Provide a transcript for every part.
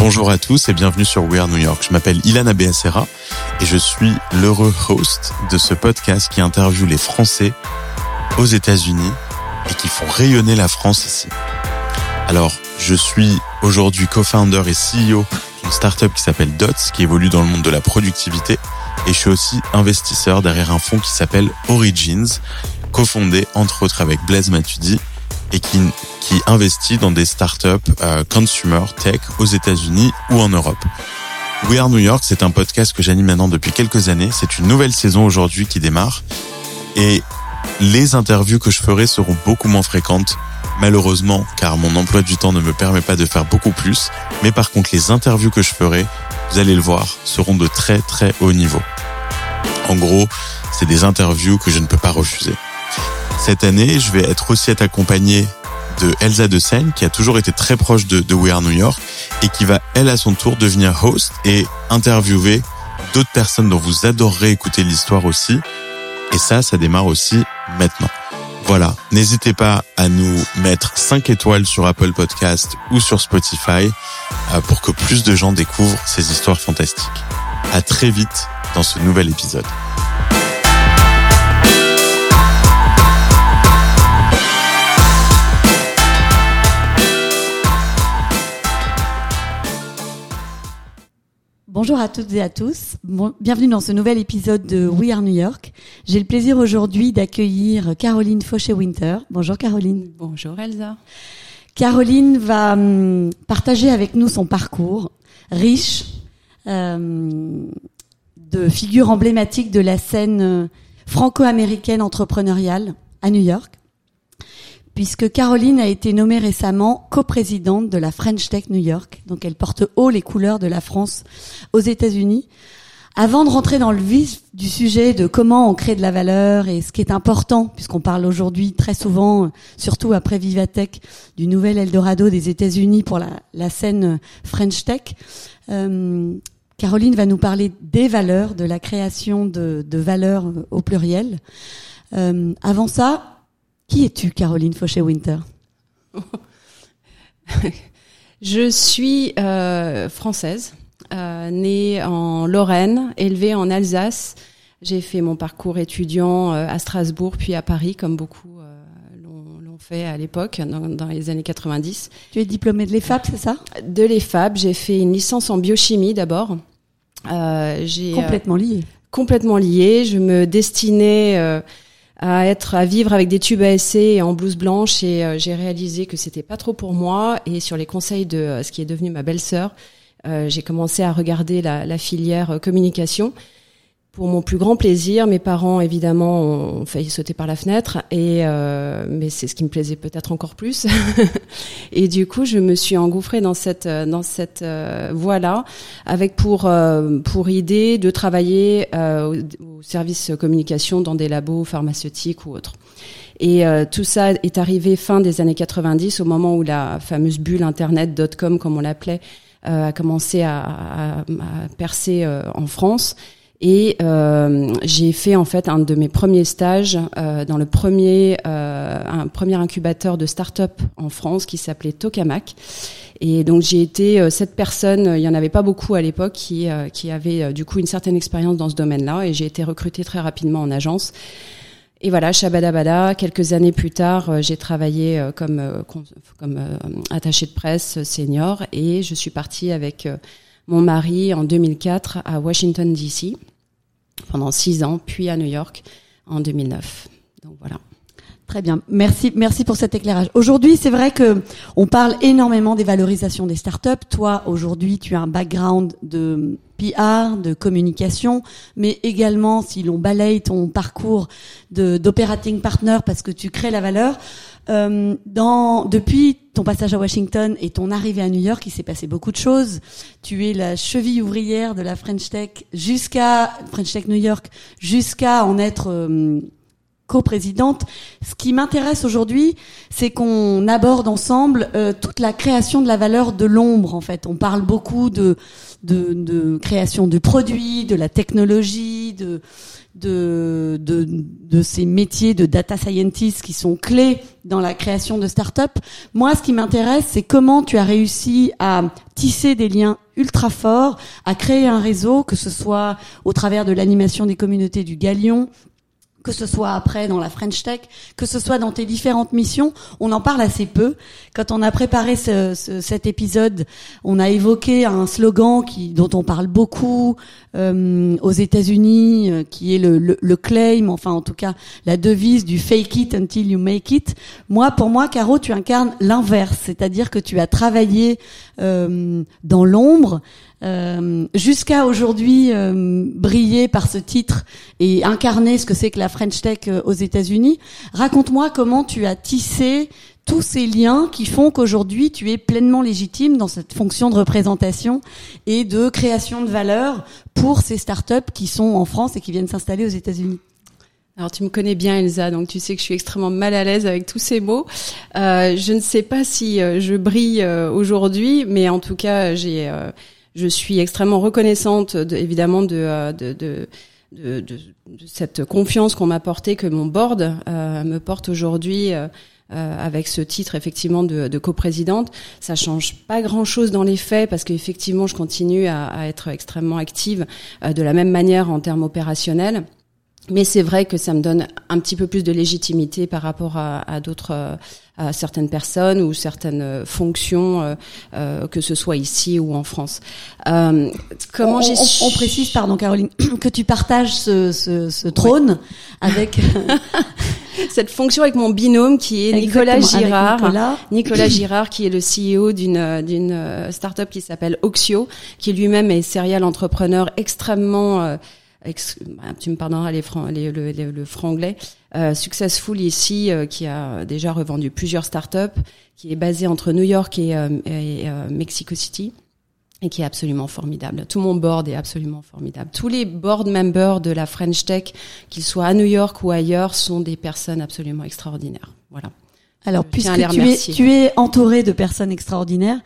Bonjour à tous et bienvenue sur We Are New York. Je m'appelle Ilan Abeacera et je suis l'heureux host de ce podcast qui interviewe les Français aux États-Unis et qui font rayonner la France ici. Alors, je suis aujourd'hui co-founder et CEO d'une startup qui s'appelle Dots, qui évolue dans le monde de la productivité, et je suis aussi investisseur derrière un fonds qui s'appelle Origins, cofondé entre autres avec Blaise Matuidi et qui investit dans des startups consumer tech aux États-Unis ou en Europe. We Are New York, c'est un podcast que j'anime maintenant depuis quelques années. C'est une nouvelle saison aujourd'hui qui démarre et les interviews que je ferai seront beaucoup moins fréquentes, malheureusement, car mon emploi du temps ne me permet pas de faire beaucoup plus. Mais par contre, les interviews que je ferai, vous allez le voir, seront de très très haut niveau. En gros, c'est des interviews que je ne peux pas refuser. Cette année, je vais être aussi accompagné de Elsa de Seine, qui a toujours été très proche de We Are New York et qui va, elle, à son tour, devenir host et interviewer d'autres personnes dont vous adorerez écouter l'histoire aussi. Et ça démarre aussi maintenant. Voilà, n'hésitez pas à nous mettre 5 étoiles sur Apple Podcast ou sur Spotify pour que plus de gens découvrent ces histoires fantastiques. À très vite dans ce nouvel épisode. Bonjour à toutes et à tous. Bienvenue dans ce nouvel épisode de We Are New York. J'ai le plaisir aujourd'hui d'accueillir Caroline Fauché-Winter. Bonjour Caroline. Bonjour Elsa. Caroline va partager avec nous son parcours riche de figures emblématiques de la scène franco-américaine entrepreneuriale à New York, puisque Caroline a été nommée récemment coprésidente de la French Tech New York. Donc elle porte haut les couleurs de la France aux États-Unis. Avant de rentrer dans le vif du sujet de comment on crée de la valeur et ce qui est important, puisqu'on parle aujourd'hui très souvent, surtout après Vivatech, du nouvel Eldorado des États-Unis pour la scène French Tech, Caroline va nous parler des valeurs, de la création de valeurs au pluriel. Avant ça, qui es-tu, Caroline Fauché-Winter? Je suis française, née en Lorraine, élevée en Alsace. J'ai fait mon parcours étudiant à Strasbourg, puis à Paris, comme beaucoup l'ont fait à l'époque, dans les années 90. Tu es diplômée de l'EFAP, c'est ça? De l'EFAP. J'ai fait une licence en biochimie d'abord. Complètement liée. Complètement liée. Je me destinais à vivre avec des tubes à essai et en blouse blanche, et j'ai réalisé que c'était pas trop pour moi, et sur les conseils de ce qui est devenu ma belle-sœur, j'ai commencé à regarder la filière communication. Pour mon plus grand plaisir, mes parents évidemment ont failli sauter par la fenêtre, mais c'est ce qui me plaisait peut-être encore plus. Et du coup, je me suis engouffrée dans cette voie-là, avec pour idée de travailler au service communication dans des labos pharmaceutiques ou autres. Et tout ça est arrivé fin des années 90, au moment où la fameuse bulle internet .com, comme on l'appelait, a commencé à percer en France. Et j'ai fait en fait un de mes premiers stages dans un premier incubateur de start-up en France qui s'appelait Tokamak. Et donc j'ai été cette personne, il y en avait pas beaucoup à l'époque qui avait du coup une certaine expérience dans ce domaine-là, et j'ai été recrutée très rapidement en agence. Et voilà, shabadabada, quelques années plus tard, j'ai travaillé comme attachée de presse senior, et je suis partie avec mon mari en 2004 à Washington DC pendant 6 ans, puis à New York en 2009. Donc voilà. Très bien. Merci pour cet éclairage. Aujourd'hui, c'est vrai que on parle énormément des valorisations des startups. Toi, aujourd'hui, tu as un background de PR, de communication, mais également, si l'on balaye ton parcours d'operating partner, parce que tu crées la valeur, depuis ton passage à Washington et ton arrivée à New York, il s'est passé beaucoup de choses. Tu es la cheville ouvrière de la French Tech New York, jusqu'à en être coprésidente. Ce qui m'intéresse aujourd'hui, c'est qu'on aborde ensemble toute la création de la valeur de l'ombre. En fait, on parle beaucoup de création de produits, de la technologie, de ces métiers de data scientist qui sont clés dans la création de start-up. Moi, ce qui m'intéresse, c'est comment tu as réussi à tisser des liens ultra forts, à créer un réseau, que ce soit au travers de l'animation des communautés du Galion, que ce soit après dans la French Tech, que ce soit dans tes différentes missions. On en parle assez peu. Quand on a préparé cet épisode, on a évoqué un slogan dont on parle beaucoup aux États-Unis, qui est le claim, enfin en tout cas la devise du fake it until you make it. Pour moi, Caro, tu incarnes l'inverse, c'est-à-dire que tu as travaillé dans l'ombre, jusqu'à aujourd'hui briller par ce titre et incarner ce que c'est que la French Tech aux États-Unis. Raconte-moi comment tu as tissé tous ces liens qui font qu'aujourd'hui tu es pleinement légitime dans cette fonction de représentation et de création de valeur pour ces startups qui sont en France et qui viennent s'installer aux États-Unis. Alors tu me connais bien, Elsa, donc tu sais que je suis extrêmement mal à l'aise avec tous ces mots. Je ne sais pas si je brille aujourd'hui, mais en tout cas je suis extrêmement reconnaissante évidemment de cette confiance qu'on m'a portée, que mon board me porte aujourd'hui avec ce titre effectivement de coprésidente. Ça change pas grand-chose dans les faits parce qu'effectivement je continue à être extrêmement active de la même manière en termes opérationnels. Mais c'est vrai que ça me donne un petit peu plus de légitimité par rapport à d'autres, à certaines personnes ou certaines fonctions, que ce soit ici ou en France. On précise, pardon Caroline, que tu partages ce trône avec cette fonction avec mon binôme qui est Nicolas Girard. Nicolas Girard qui est le CEO d'une start-up qui s'appelle Oxio, qui lui-même est serial entrepreneur extrêmement tu me pardonneras le franglais, successful ici, qui a déjà revendu plusieurs startups, qui est basé entre New York et Mexico City, et qui est absolument formidable. Tout mon board est absolument formidable. Tous les board members de la French Tech, qu'ils soient à New York ou ailleurs, sont des personnes absolument extraordinaires. Voilà. Alors, puisque tu es entouré de personnes extraordinaires,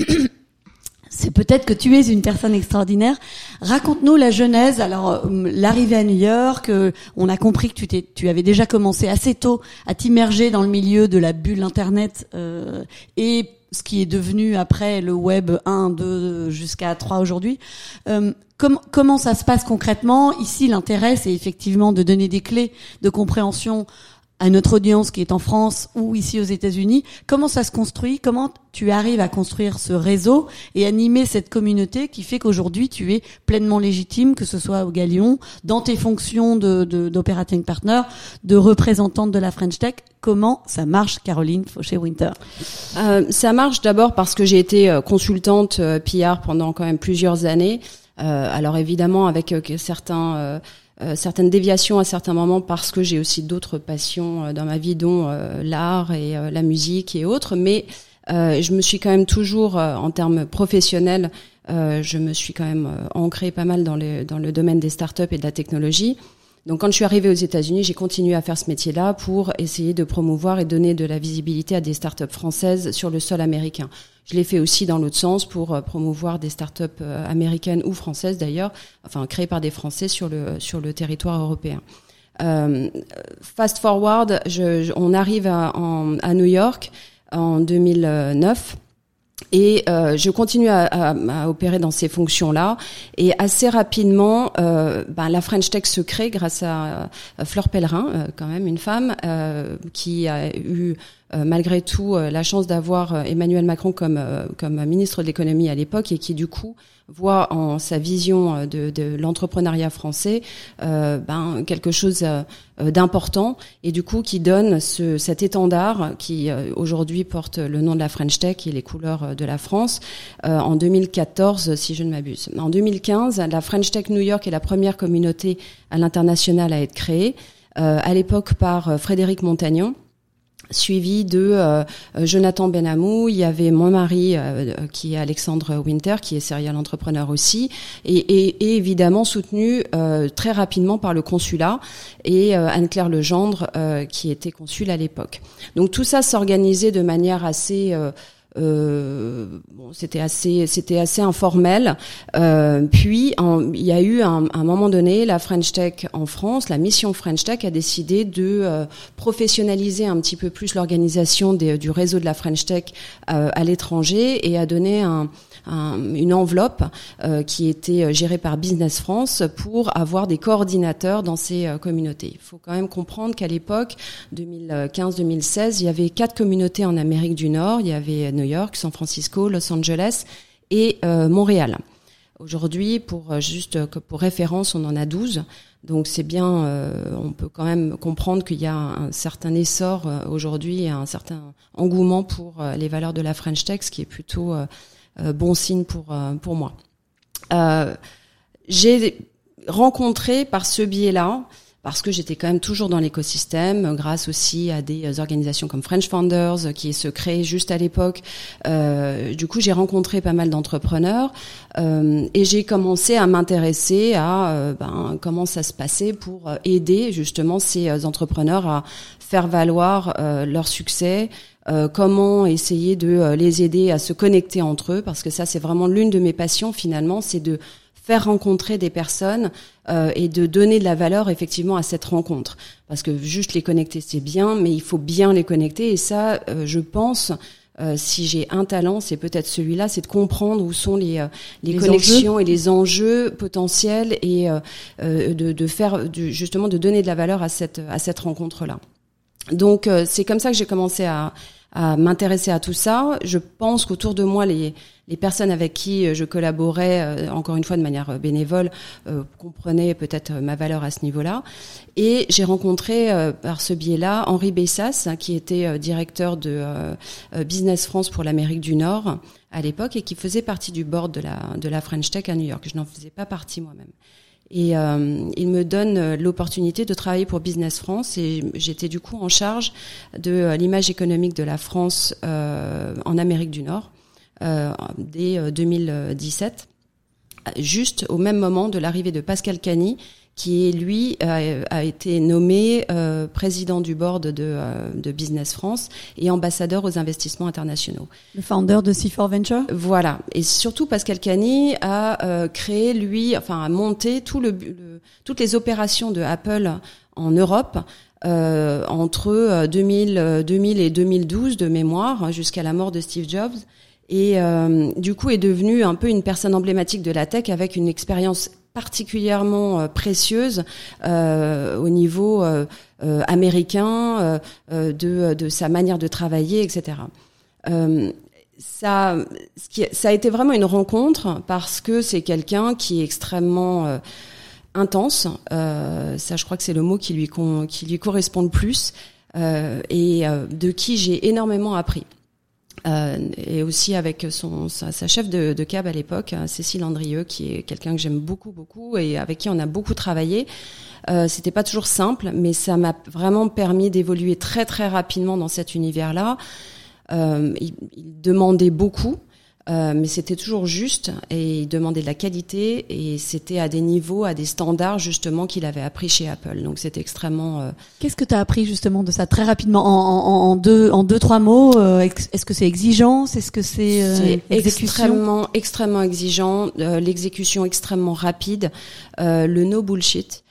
c'est peut-être que tu es une personne extraordinaire. Raconte-nous la genèse. Alors, l'arrivée à New York, on a compris que tu avais déjà commencé assez tôt à t'immerger dans le milieu de la bulle Internet et ce qui est devenu après le web 1, 2 jusqu'à 3 aujourd'hui. Comment ça se passe concrètement? Ici, l'intérêt, c'est effectivement de donner des clés de compréhension à notre audience qui est en France ou ici aux États-Unis. Comment ça se construit? Comment tu arrives à construire ce réseau et animer cette communauté qui fait qu'aujourd'hui tu es pleinement légitime, que ce soit au Galion, dans tes fonctions d'operating partner, de représentante de la French Tech? Comment ça marche, Caroline Fauché-Winter? Ça marche d'abord parce que j'ai été consultante PR pendant quand même plusieurs années. Alors évidemment avec certaines déviations à certains moments parce que j'ai aussi d'autres passions dans ma vie, dont l'art et la musique et autres. Mais je me suis quand même toujours, en termes professionnels, je me suis quand même ancrée pas mal dans le domaine des startups et de la technologie. Donc quand je suis arrivée aux États-Unis, j'ai continué à faire ce métier-là pour essayer de promouvoir et donner de la visibilité à des startups françaises sur le sol américain. Je l'ai fait aussi dans l'autre sens pour promouvoir des startups américaines ou françaises d'ailleurs, enfin créées par des Français sur le territoire européen. Fast forward, on arrive à New York en 2009. Et je continue à opérer dans ces fonctions-là. Et assez rapidement, la French Tech se crée grâce à Fleur Pellerin, quand même une femme qui a eu malgré tout la chance d'avoir Emmanuel Macron comme ministre de l'économie à l'époque et qui du coup voit en sa vision de l'entrepreneuriat français quelque chose d'important et du coup qui donne cet étendard qui aujourd'hui porte le nom de la French Tech et les couleurs de la France en 2014 si je ne m'abuse. En 2015, la French Tech New York est la première communauté à l'international à être créée, à l'époque par Frédéric Montagnon. suivi de Jonathan Benhamou. Il y avait mon mari qui est Alexandre Winter, qui est serial entrepreneur aussi, et évidemment soutenu très rapidement par le consulat et Anne-Claire Legendre qui était consul à l'époque. Donc tout ça s'organisait de manière assez c'était assez informel. Puis il y a eu un moment donné, la French Tech en France, la mission French Tech a décidé de professionnaliser un petit peu plus l'organisation du réseau de la French Tech à l'étranger, et a donné une enveloppe qui était gérée par Business France pour avoir des coordinateurs dans ces communautés. Il faut quand même comprendre qu'à l'époque, 2015-2016, il y avait 4 communautés en Amérique du Nord. Il y avait New York, San Francisco, Los Angeles et Montréal. Aujourd'hui, pour référence, on en a 12. Donc c'est bien, on peut quand même comprendre qu'il y a un certain essor aujourd'hui, un certain engouement pour les valeurs de la French Tech, ce qui est plutôt bon signe pour moi. J'ai rencontré par ce biais-là, parce que j'étais quand même toujours dans l'écosystème, grâce aussi à des organisations comme French Founders qui se créaient juste à l'époque. Du coup, j'ai rencontré pas mal d'entrepreneurs et j'ai commencé à m'intéresser à comment ça se passait pour aider justement ces entrepreneurs à faire valoir leur succès. Comment essayer de les aider à se connecter entre eux, parce que ça, c'est vraiment l'une de mes passions finalement, c'est de faire rencontrer des personnes et de donner de la valeur effectivement à cette rencontre. Parce que juste les connecter, c'est bien, mais il faut bien les connecter. Et ça, je pense, si j'ai un talent, c'est peut-être celui-là, c'est de comprendre où sont les connexions et les enjeux potentiels et justement de donner de la valeur à cette rencontre-là. Donc c'est comme ça que j'ai commencé à m'intéresser à tout ça. Je pense qu'autour de moi, les personnes avec qui je collaborais, encore une fois de manière bénévole, comprenaient peut-être ma valeur à ce niveau-là. Et j'ai rencontré par ce biais-là Henri Bessas, qui était directeur de Business France pour l'Amérique du Nord à l'époque et qui faisait partie du board de la French Tech à New York. Je n'en faisais pas partie moi-même. Et il me donne l'opportunité de travailler pour Business France, et j'étais du coup en charge de l'image économique de la France en Amérique du Nord dès 2017, juste au même moment de l'arrivée de Pascal Cany, qui lui a été nommé président du board de Business France et ambassadeur aux investissements internationaux. Le founder de C4 Venture. Voilà, et surtout Pascal Cany a créé a monté toutes les opérations de Apple en Europe entre 2000 et 2012 de mémoire, jusqu'à la mort de Steve Jobs. Et du coup est devenu un peu une personne emblématique de la tech, avec une expérience particulièrement précieuse au niveau américain, de sa manière de travailler, etc. Ça a été vraiment une rencontre, parce que c'est quelqu'un qui est extrêmement intense. Ça, je crois que c'est le mot qui lui correspond le plus, et de qui j'ai énormément appris. Et aussi avec sa chef de cab à l'époque, Cécile Andrieux, qui est quelqu'un que j'aime beaucoup et avec qui on a beaucoup travaillé. C'était pas toujours simple, mais ça m'a vraiment permis d'évoluer très très rapidement dans cet univers-là. Il demandait beaucoup, mais c'était toujours juste, et il demandait de la qualité, et c'était à des niveaux, à des standards justement qu'il avait appris chez Apple. Donc c'était extrêmement. Qu'est-ce que tu as appris justement de ça très rapidement en deux trois mots? Est-ce que c'est exigeant? Est-ce que c'est extrêmement exigeant, l'exécution extrêmement rapide, le no bullshit,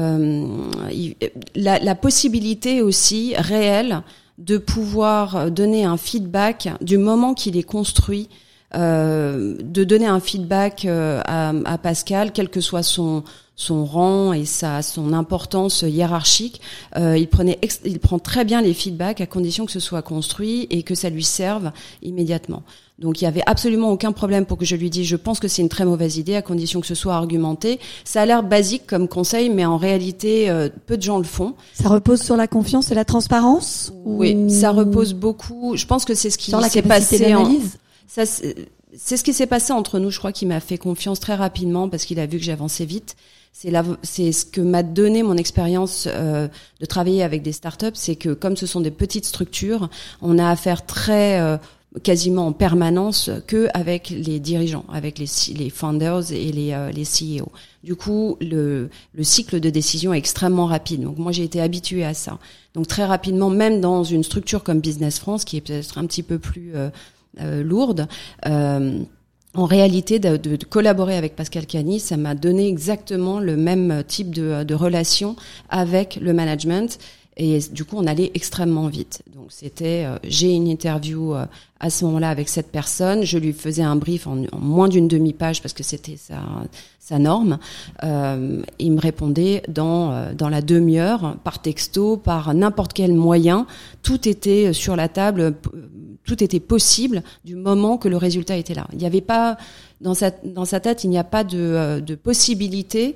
la possibilité aussi réelle de pouvoir donner un feedback du moment qu'il est construit. De donner un feedback à Pascal, quel que soit son rang et son importance hiérarchique. Il prend très bien les feedbacks, à condition que ce soit construit et que ça lui serve immédiatement. Donc il y avait absolument aucun problème pour que je lui dise je pense que c'est une très mauvaise idée, à condition que ce soit argumenté. Ça a l'air basique comme conseil, mais en réalité peu de gens le font. Ça repose sur la confiance et la transparence? Oui, ça repose beaucoup. Je pense que c'est ce qui sur la s'est capacité passé d'analyse. C'est ce qui s'est passé entre nous. Je crois qu'il m'a fait confiance très rapidement, parce qu'il a vu que j'avançais vite. c'est ce que m'a donné mon expérience de travailler avec des startups, c'est que comme ce sont des petites structures, on a affaire quasiment en permanence que avec les dirigeants, avec les founders et les CEO. Du coup, le cycle de décision est extrêmement rapide. Donc moi, j'ai été habituée à ça. Donc très rapidement, même dans une structure comme Business France, qui est peut-être un petit peu plus lourde, en réalité, de collaborer avec Pascal Cagny, ça m'a donné exactement le même type de relation avec le management. Et du coup, on allait extrêmement vite. Donc, j'ai une interview à ce moment-là avec cette personne. Je lui faisais un brief en moins d'une demi-page parce que c'était sa norme. Il me répondait dans la demi-heure, par texto, par n'importe quel moyen. Tout était sur la table, tout était possible du moment que le résultat était là. Il n'y avait pas, dans sa tête, il n'y a pas de possibilité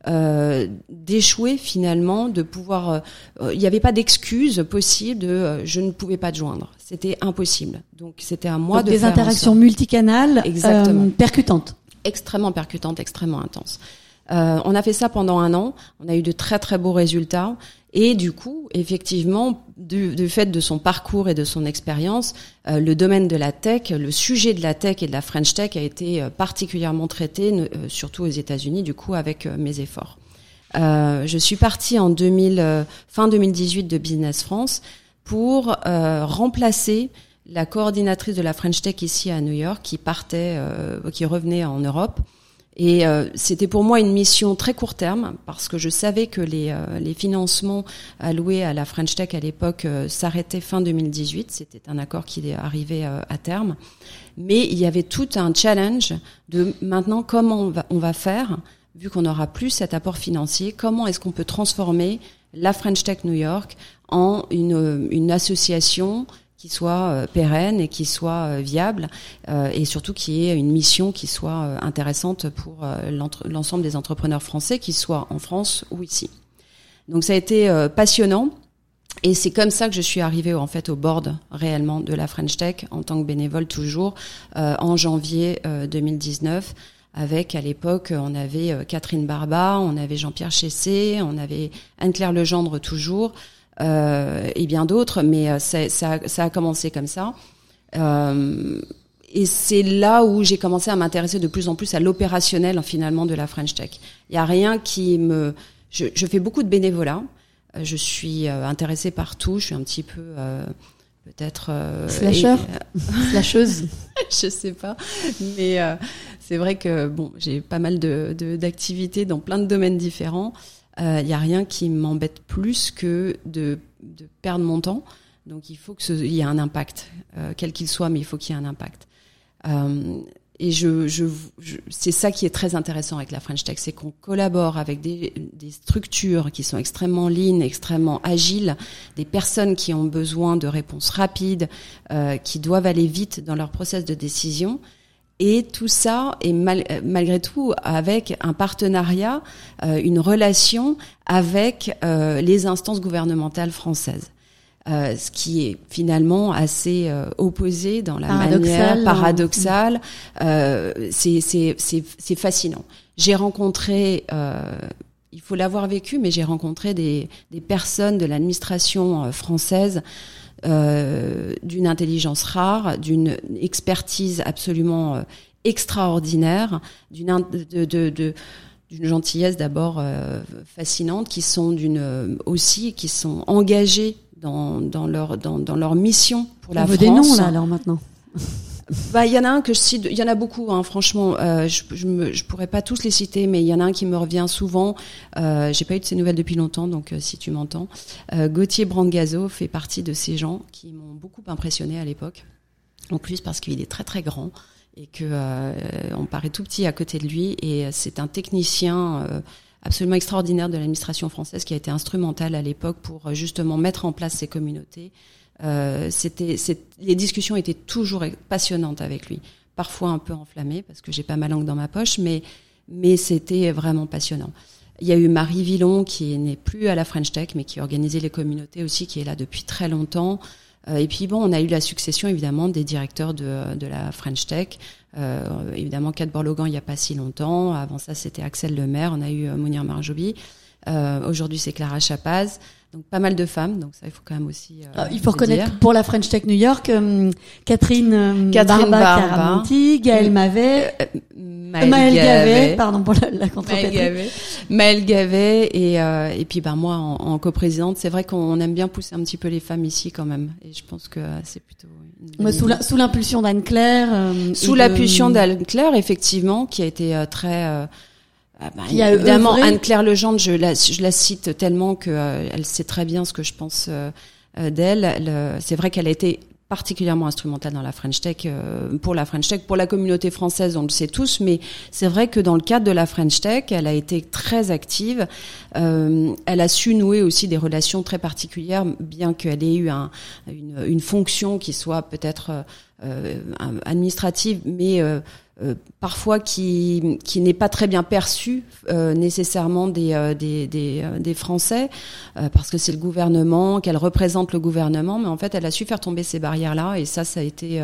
d'échouer finalement, de pouvoir il n'y avait pas d'excuse possible je ne pouvais pas te joindre, c'était impossible. Donc c'était à moi de des faire interactions multicanales percutantes, extrêmement intenses. On a fait ça pendant 1 an, on a eu de très très beaux résultats et du coup effectivement du fait de son parcours et de son expérience, le domaine de la tech, le sujet de la tech et de la French Tech a été particulièrement traité, surtout aux États-Unis, du coup avec mes efforts. Je suis partie en fin 2018 de Business France pour remplacer la coordinatrice de la French Tech ici à New York qui revenait en Europe. Et c'était pour moi une mission très court terme parce que je savais que les financements alloués à la French Tech à l'époque s'arrêtaient fin 2018. C'était un accord qui arrivait à terme. Mais il y avait tout un challenge de maintenant comment on va faire, vu qu'on n'aura plus cet apport financier, comment est-ce qu'on peut transformer la French Tech New York en une association qui soit pérenne et qui soit viable et surtout qui ait une mission qui soit intéressante pour l'ensemble des entrepreneurs français, qu'ils soient en France ou ici. Donc ça a été passionnant et c'est comme ça que je suis arrivée en fait au board réellement de la French Tech en tant que bénévole toujours en janvier 2019. Avec, à l'époque, on avait Catherine Barba, on avait Jean-Pierre Chessé, on avait Anne-Claire Legendre toujours, et bien d'autres, mais ça a commencé comme ça. Et c'est là où j'ai commencé à m'intéresser de plus en plus à l'opérationnel finalement de la French Tech. Il y a rien qui je fais beaucoup de bénévolat. Je suis intéressée par tout. Je suis un petit peu peut-être slasheuse. Je sais pas, mais c'est vrai que j'ai pas mal d'activités dans plein de domaines différents. Il y a rien qui m'embête plus que de perdre mon temps. Donc il faut qu'il y ait un impact, quel qu'il soit, mais il faut qu'il y ait un impact. Et c'est ça qui est très intéressant avec la French Tech, c'est qu'on collabore avec des structures qui sont extrêmement lean, extrêmement agiles, des personnes qui ont besoin de réponses rapides, qui doivent aller vite dans leur process de décision. Et tout ça est malgré tout avec un partenariat, une relation avec les instances gouvernementales françaises. Ce qui est finalement assez opposé dans la manière paradoxale. C'est fascinant. J'ai rencontré, il faut l'avoir vécu, mais j'ai rencontré des personnes de l'administration française d'une intelligence rare, d'une expertise absolument extraordinaire, d'une gentillesse d'abord fascinante, qui sont qui sont engagés dans leur mission pour la France. On veut des noms là alors maintenant. Il y en a un que je cite, il y en a beaucoup franchement, je pourrais pas tous les citer, mais il y en a un qui me revient souvent. J'ai pas eu de ses nouvelles depuis longtemps, donc si tu m'entends, Gauthier Brandgazo fait partie de ces gens qui m'ont beaucoup impressionné à l'époque. En plus parce qu'il est très très grand et que on paraît tout petit à côté de lui, et c'est un technicien absolument extraordinaire de l'administration française qui a été instrumental à l'époque pour justement mettre en place ces communautés. Les discussions étaient toujours passionnantes avec lui, parfois un peu enflammées parce que j'ai pas ma langue dans ma poche, mais c'était vraiment passionnant. Il y a eu Marie Villon qui n'est plus à la French Tech mais qui organisait les communautés aussi, qui est là depuis très longtemps. Et puis on a eu la succession évidemment des directeurs de la French Tech, Évidemment, Kat Borlogan, il n'y a pas si longtemps. Avant ça, c'était Axel Lemaire. On a eu Mounir Marjoubi. Aujourd'hui, c'est Clara Chapaz. Donc, pas mal de femmes. Donc, ça, il faut quand même aussi. Il faut reconnaître pour la French Tech New York, Catherine Barba-Caramonti, Gaëlle Mavet, Maëlle Gavet, pardon pour la contrepétrie. Maëlle Gavet et puis moi en coprésidente. C'est vrai qu'on aime bien pousser un petit peu les femmes ici quand même. Et je pense que c'est plutôt. Sous l'impulsion d'Anne-Claire. Sous l'impulsion d'Anne-Claire, effectivement, qui a été très. Évidemment, Anne-Claire Legendre, je la cite tellement que elle sait très bien ce que je pense d'elle. C'est vrai qu'elle a été particulièrement instrumentale dans la French Tech, pour la French Tech, pour la communauté française, on le sait tous, mais c'est vrai que dans le cadre de la French Tech, elle a été très active. Elle a su nouer aussi des relations très particulières, bien qu'elle ait eu une fonction qui soit peut-être administrative, mais parfois qui n'est pas très bien perçue nécessairement des Français, parce que c'est le gouvernement, qu'elle représente le gouvernement, mais en fait elle a su faire tomber ces barrières là, et ça a été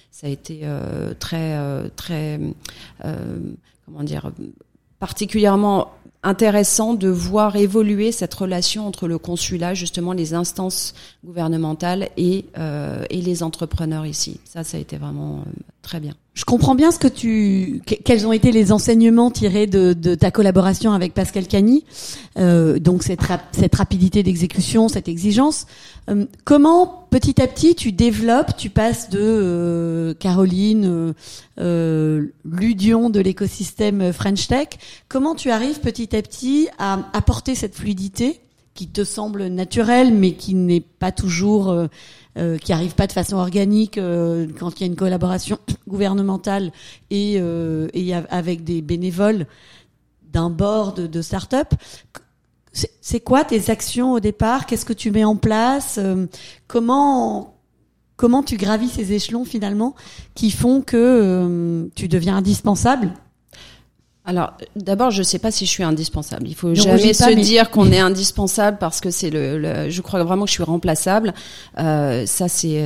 très comment dire, particulièrement intéressant de voir évoluer cette relation entre le consulat, justement les instances gouvernementales et les entrepreneurs ici. Ça a été vraiment très bien. Je comprends bien quels ont été les enseignements tirés de ta collaboration avec Pascal Cagny, donc cette rapidité d'exécution, cette exigence. Comment petit à petit tu passes de Caroline, Ludion de l'écosystème French Tech, comment tu arrives petit à petit à apporter cette fluidité qui te semble naturelle mais qui n'est pas toujours qui arrive pas de façon organique quand il y a une collaboration gouvernementale et avec des bénévoles d'un board de start-up. C'est quoi tes actions au départ? Qu'est-ce que tu mets en place? Comment tu gravis ces échelons finalement qui font que tu deviens indispensable? Alors, d'abord, je sais pas si je suis indispensable. Il faut jamais se dire qu'on est indispensable parce que c'est je crois vraiment que je suis remplaçable. Ça, c'est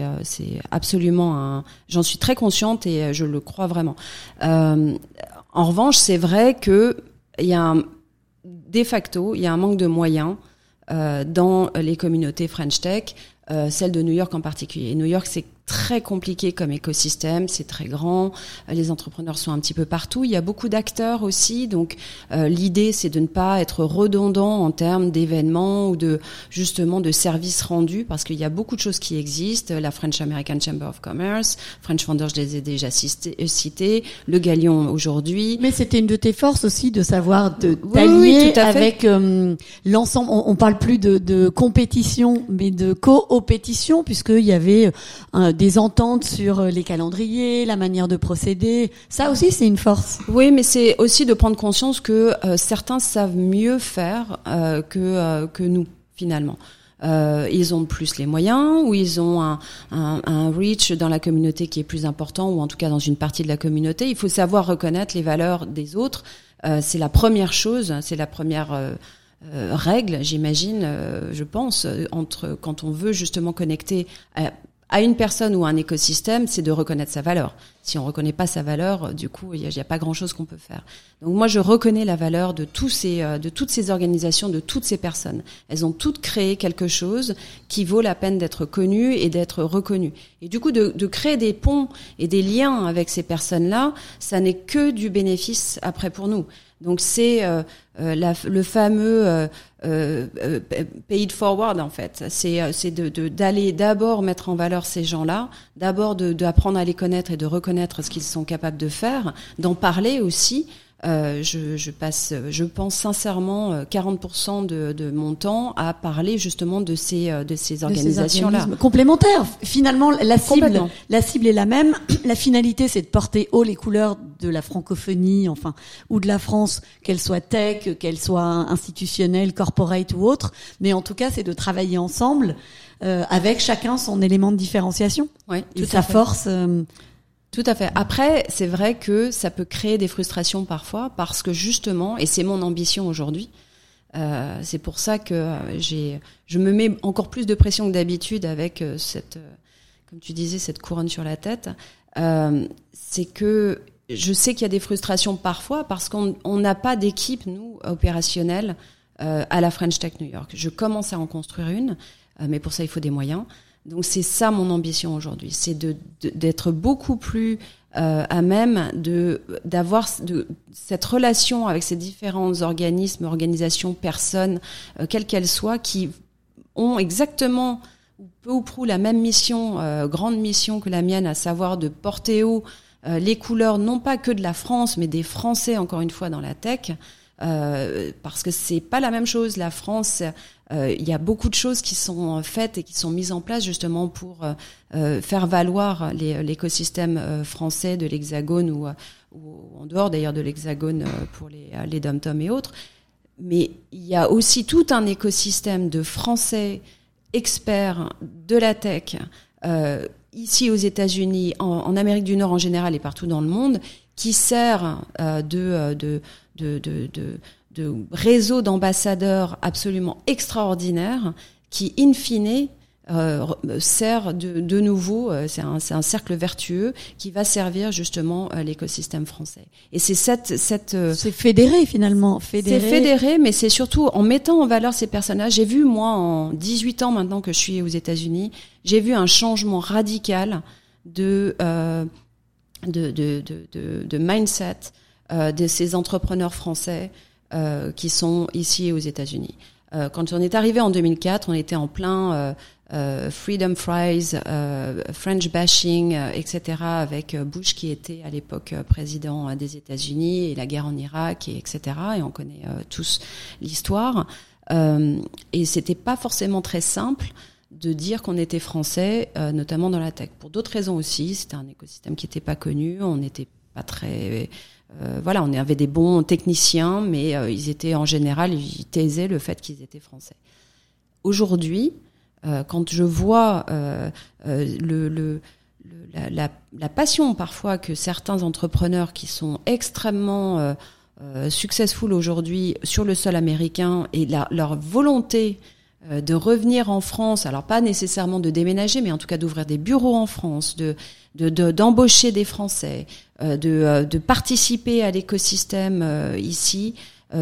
absolument j'en suis très consciente et je le crois vraiment. En revanche, c'est vrai que il y a de facto, il y a un manque de moyens, dans les communautés French Tech, celle de New York en particulier. New York, c'est très compliqué comme écosystème, c'est très grand, les entrepreneurs sont un petit peu partout, il y a beaucoup d'acteurs aussi, donc l'idée c'est de ne pas être redondant en termes d'événements ou justement de services rendus, parce qu'il y a beaucoup de choses qui existent, la French American Chamber of Commerce, French Founders, je les ai déjà cités, le Galion aujourd'hui. Mais c'était une de tes forces aussi de savoir t'allier avec l'ensemble, on parle plus de compétition, mais de coopétition, puisqu'il y avait des ententes sur les calendriers, la manière de procéder. Ça aussi, c'est une force. Oui, mais c'est aussi de prendre conscience que certains savent mieux faire que nous, finalement. Ils ont plus les moyens, ou ils ont un reach dans la communauté qui est plus important, ou en tout cas dans une partie de la communauté. Il faut savoir reconnaître les valeurs des autres. C'est la première chose, c'est la première règle, j'imagine, je pense, quand on veut justement connecter à une personne ou à un écosystème, c'est de reconnaître sa valeur. Si on reconnaît pas sa valeur, du coup, il y a pas grand-chose qu'on peut faire. Donc moi, je reconnais la valeur de toutes ces organisations, de toutes ces personnes. Elles ont toutes créé quelque chose qui vaut la peine d'être connu et d'être reconnu. Et du coup, de créer des ponts et des liens avec ces personnes-là, ça n'est que du bénéfice après pour nous. Donc c'est le fameux pay it forward en fait. C'est d'aller d'abord mettre en valeur ces gens-là, d'abord d'apprendre à les connaître et de reconnaître ce qu'ils sont capables de faire, d'en parler aussi. Je pense sincèrement 40% de mon temps à parler justement de ces organisations-là. Complémentaires. Finalement, la cible est la même. La finalité, c'est de porter haut les couleurs de la francophonie, enfin, ou de la France, qu'elle soit tech, qu'elle soit institutionnelle, corporate ou autre. Mais en tout cas, c'est de travailler ensemble, avec chacun son élément de différenciation. Oui, et sa force. Tout à fait. Après, c'est vrai que ça peut créer des frustrations parfois parce que justement, et c'est mon ambition aujourd'hui, c'est pour ça que je me mets encore plus de pression que d'habitude avec comme tu disais, cette couronne sur la tête, c'est que je sais qu'il y a des frustrations parfois parce qu'on n'a pas d'équipe, nous, opérationnelle, à la French Tech New York. Je commence à en construire une, mais pour ça, il faut des moyens. Donc, c'est ça mon ambition aujourd'hui, c'est d'être beaucoup plus à même d'avoir cette relation avec ces différents organismes, organisations, personnes, quelles qu'elles soient, qui ont exactement peu ou prou la même mission, grande mission que la mienne, à savoir de porter haut les couleurs, non pas que de la France, mais des Français, encore une fois, dans la tech, parce que c'est pas la même chose. La France, il y a beaucoup de choses qui sont faites et qui sont mises en place justement pour faire valoir l'écosystème français de l'Hexagone ou en dehors d'ailleurs de l'Hexagone pour les dom-toms et autres. Mais il y a aussi tout un écosystème de Français experts de la tech ici aux États-Unis, en Amérique du Nord en général et partout dans le monde, qui sert de réseau d'ambassadeurs absolument extraordinaires, qui in fine sert de nouveau, c'est un cercle vertueux qui va servir justement l'écosystème français. Et c'est c'est fédéré finalement, c'est fédéré, mais c'est surtout en mettant en valeur ces personnages. J'ai vu, moi, en 18 ans maintenant que je suis aux États-Unis, j'ai vu un changement radical de mindset de ces entrepreneurs français qui sont ici aux États-Unis. Quand on est arrivé en 2004, on était en plein Freedom Fries, French bashing, etc. avec Bush qui était à l'époque président des États-Unis et la guerre en Irak, etc. Et on connaît tous l'histoire. Et c'était pas forcément très simple de dire qu'on était français, notamment dans la tech. Pour d'autres raisons aussi, c'était un écosystème qui n'était pas connu, on n'était pas très... on avait des bons techniciens, mais ils étaient en général, ils taisaient le fait qu'ils étaient français. Aujourd'hui, quand je vois la passion parfois que certains entrepreneurs qui sont extrêmement successful aujourd'hui sur le sol américain et leur volonté de revenir en France, alors pas nécessairement de déménager, mais en tout cas d'ouvrir des bureaux en France, d'embaucher des Français, de participer à l'écosystème ici.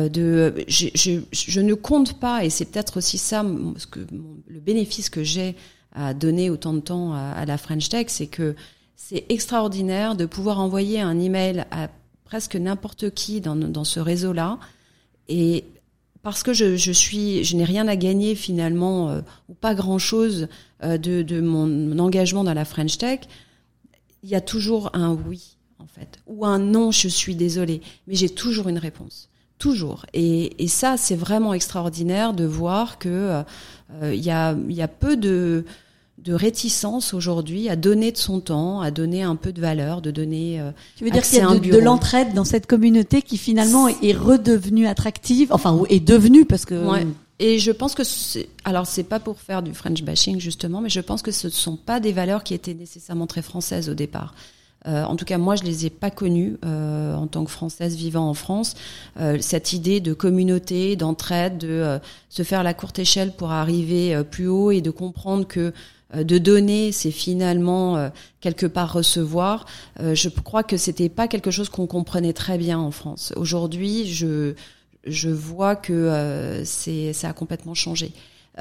Je ne compte pas, et c'est peut-être aussi ça le bénéfice que j'ai à donner autant de temps à la French Tech, c'est que c'est extraordinaire de pouvoir envoyer un email à presque n'importe qui dans ce réseau-là, et parce que je n'ai rien à gagner finalement ou pas grand-chose de mon engagement dans la French Tech, il y a toujours un oui en fait ou un non, je suis désolée, mais j'ai toujours une réponse. Toujours. Et ça, c'est vraiment extraordinaire de voir que il y a peu de réticence aujourd'hui à donner de son temps, à donner un peu de valeur, de donner Tu veux dire qu'il y a de l'entraide dans cette communauté qui finalement est redevenue attractive, enfin ou est devenue parce que ouais. Et je pense que c'est pas pour faire du French bashing justement, mais je pense que ce ne sont pas des valeurs qui étaient nécessairement très françaises au départ. En tout cas, moi, je les ai pas connues en tant que Française vivant en France. Cette idée de communauté, d'entraide, de se faire la courte échelle pour arriver plus haut et de comprendre que de donner, c'est finalement quelque part recevoir. Je crois que c'était pas quelque chose qu'on comprenait très bien en France. Aujourd'hui, je vois que ça a complètement changé.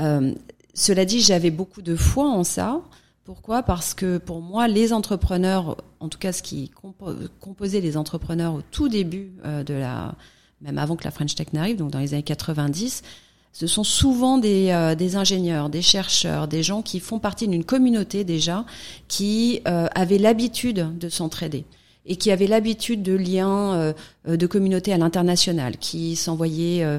Cela dit, j'avais beaucoup de foi en ça. Pourquoi ? Parce que pour moi, les entrepreneurs, en tout cas ce qui composait les entrepreneurs au tout début même avant que la French Tech n'arrive, donc dans les années 90, ce sont souvent des ingénieurs, des chercheurs, des gens qui font partie d'une communauté déjà, qui avaient l'habitude de s'entraider et qui avaient l'habitude de liens de communauté à l'international, qui s'envoyaient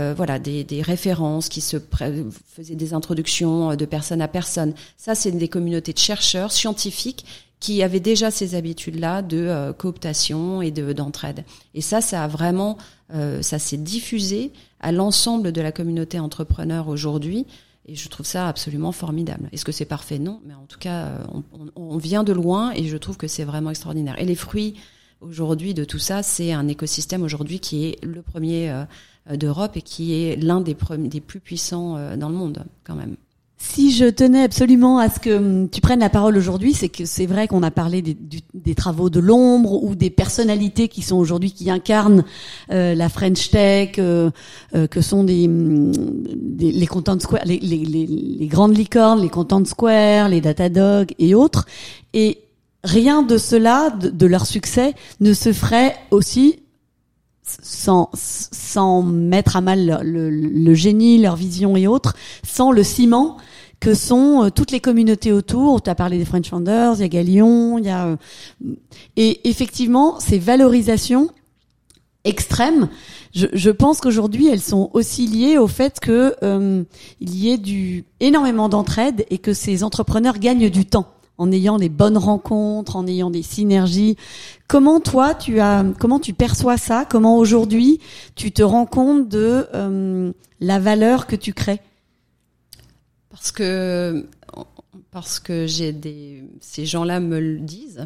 des références, qui faisaient des introductions de personne à personne. Ça, c'est des communautés de chercheurs scientifiques qui avaient déjà ces habitudes-là de cooptation et d'entraide. Et ça a vraiment, ça s'est diffusé à l'ensemble de la communauté entrepreneur aujourd'hui. Et je trouve ça absolument formidable. Est-ce que c'est parfait ? Non, mais en tout cas, on vient de loin et je trouve que c'est vraiment extraordinaire. Et les fruits aujourd'hui de tout ça, c'est un écosystème aujourd'hui qui est le premier d'Europe et qui est l'un des plus puissants dans le monde quand même. Si je tenais absolument à ce que tu prennes la parole aujourd'hui, c'est que c'est vrai qu'on a parlé des travaux de l'ombre ou des personnalités qui sont aujourd'hui qui incarnent la French Tech, que sont les Content Square, les grandes licornes, les Content Square, les Datadog et autres. Et rien de cela, de leur succès, ne se ferait aussi sans mettre à mal le génie, leur vision et autres, sans le ciment que sont toutes les communautés autour. Tu as parlé des French Founders, il y a Galion, il y a et effectivement ces valorisations extrêmes, je pense qu'aujourd'hui elles sont aussi liées au fait que il y ait énormément d'entraide et que ces entrepreneurs gagnent du temps en ayant les bonnes rencontres, en ayant des synergies. Comment tu perçois ça? Comment aujourd'hui tu te rends compte de la valeur que tu crées? Parce que ces gens-là me le disent.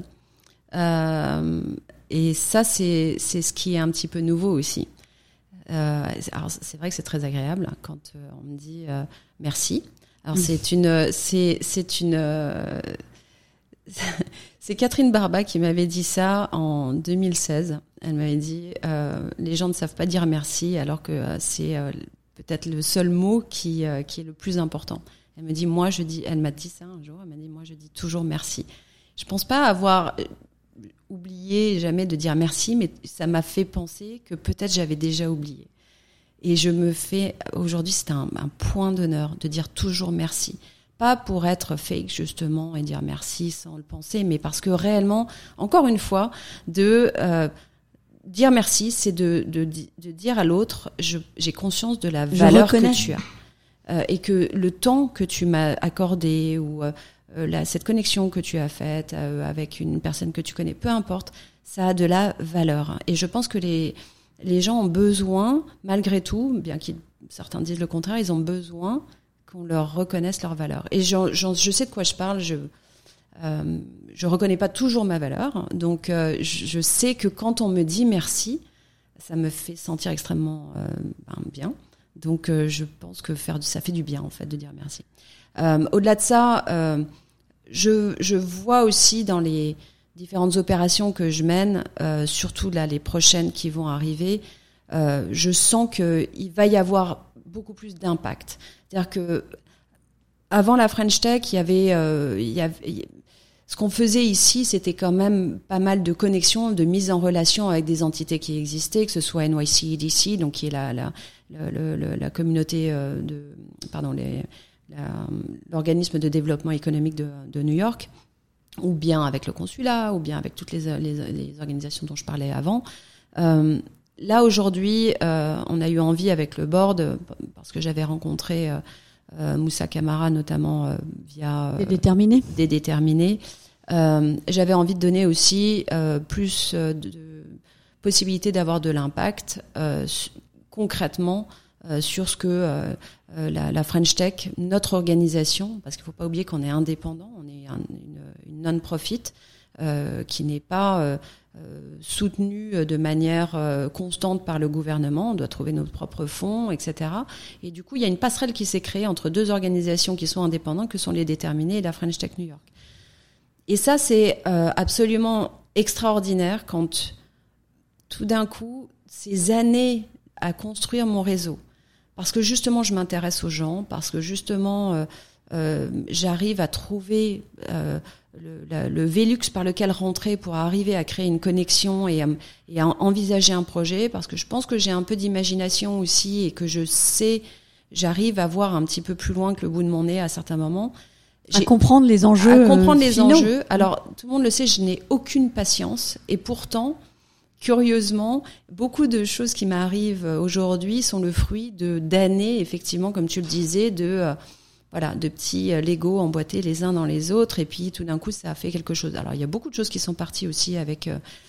Et ça, c'est ce qui est un petit peu nouveau aussi. Alors, c'est vrai que c'est très agréable quand on me dit merci. Alors, c'est Catherine Barba qui m'avait dit ça en 2016. Elle m'avait dit les gens ne savent pas dire merci, alors que c'est peut-être le seul mot qui est le plus important. Elle me dit elle m'a dit ça un jour. Elle m'a dit moi je dis toujours merci. Je pense pas avoir oublié jamais de dire merci, mais ça m'a fait penser que peut-être j'avais déjà oublié. Et je me fais aujourd'hui, c'est un point d'honneur de dire toujours merci. Pas pour être fake justement et dire merci sans le penser, mais parce que réellement, encore une fois, dire merci, c'est de dire à l'autre, j'ai conscience de la valeur que tu as. Et que le temps que tu m'as accordé ou cette connexion que tu as faite avec une personne que tu connais, peu importe, ça a de la valeur. Et je pense que les gens ont besoin, malgré tout, bien que certains disent le contraire, ils ont besoin qu'on leur reconnaisse leur valeur. Et je sais de quoi je parle. Je reconnais pas toujours ma valeur, donc je sais que quand on me dit merci, ça me fait sentir extrêmement bien. Donc je pense que ça fait du bien en fait de dire merci. Au-delà de ça, je vois aussi dans les différentes opérations que je mène, surtout là les prochaines qui vont arriver, je sens que il va y avoir beaucoup plus d'impact. C'est-à-dire que avant la French Tech, il y avait ce qu'on faisait ici, c'était quand même pas mal de connexions, de mise en relation avec des entités qui existaient, que ce soit NYC-EDC, donc qui est la communauté l'organisme de développement économique de New York, ou bien avec le consulat, ou bien avec toutes les organisations dont je parlais avant. Là aujourd'hui, on a eu envie avec le board, parce que j'avais rencontré Moussa Camara notamment via des déterminés. J'avais envie de donner aussi plus de possibilités d'avoir de l'impact concrètement sur ce que la French Tech, notre organisation, parce qu'il ne faut pas oublier qu'on est indépendant, on est une non-profit qui n'est pas soutenue de manière constante par le gouvernement, on doit trouver nos propres fonds, etc. Et du coup, il y a une passerelle qui s'est créée entre deux organisations qui sont indépendantes, que sont les Déterminés et la French Tech New York. Et ça, c'est absolument extraordinaire quand tout d'un coup, ces années à construire mon réseau, parce que justement, je m'intéresse aux gens, parce que justement, j'arrive à trouver le Velux par lequel rentrer pour arriver à créer une connexion et à envisager un projet, parce que je pense que j'ai un peu d'imagination aussi et que j'arrive à voir un petit peu plus loin que le bout de mon nez à certains moments. À comprendre les enjeux. Enjeux. Alors, tout le monde le sait, je n'ai aucune patience. Et pourtant, curieusement, beaucoup de choses qui m'arrivent aujourd'hui sont le fruit d'années, effectivement, comme tu le disais, de petits Lego emboîtés les uns dans les autres. Et puis, tout d'un coup, ça a fait quelque chose. Alors, il y a beaucoup de choses qui sont parties aussi avec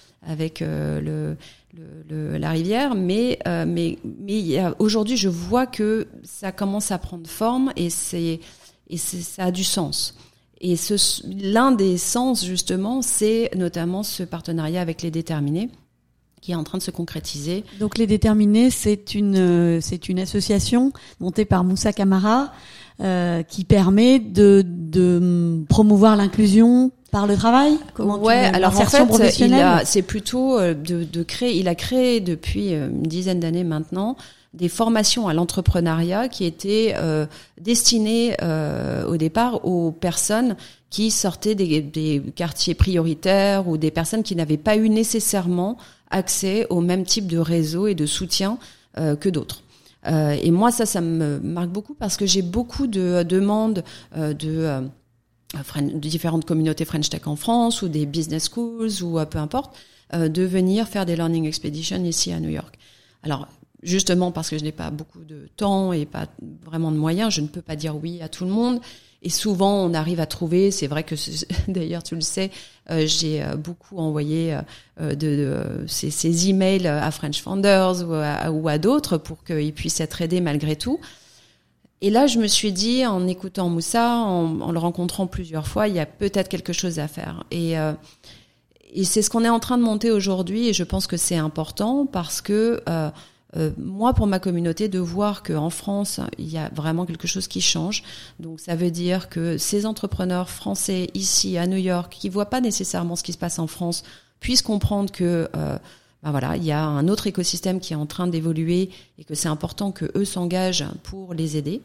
la rivière. Mais aujourd'hui, je vois que ça commence à prendre forme et ça a du sens. Et l'un des sens, justement, c'est notamment ce partenariat avec les Déterminés, qui est en train de se concrétiser. Donc Les Déterminés, c'est une association montée par Moussa Camara qui permet de promouvoir l'inclusion par le travail. Alors en fait, c'est plutôt de créer. Il a créé depuis une dizaine d'années maintenant des formations à l'entrepreneuriat qui étaient destinées au départ aux personnes qui sortaient des quartiers prioritaires ou des personnes qui n'avaient pas eu nécessairement accès au même type de réseau et de soutien que d'autres. Et moi, ça me marque beaucoup parce que j'ai beaucoup de demandes de différentes communautés French Tech en France ou des business schools ou peu importe, de venir faire des learning expeditions ici à New York. Alors, justement parce que je n'ai pas beaucoup de temps et pas vraiment de moyens, je ne peux pas dire oui à tout le monde. Et souvent, on arrive à trouver, c'est vrai que, d'ailleurs, tu le sais, j'ai beaucoup envoyé ces emails à French Founders ou à d'autres pour qu'ils puissent être aidés malgré tout. Et là, je me suis dit, en écoutant Moussa, en le rencontrant plusieurs fois, il y a peut-être quelque chose à faire. Et c'est ce qu'on est en train de monter aujourd'hui, et je pense que c'est important parce que moi, pour ma communauté, de voir qu'en France, il y a vraiment quelque chose qui change. Donc, ça veut dire que ces entrepreneurs français ici à New York, qui voient pas nécessairement ce qui se passe en France, puissent comprendre que il y a un autre écosystème qui est en train d'évoluer et que c'est important que eux s'engagent pour les aider.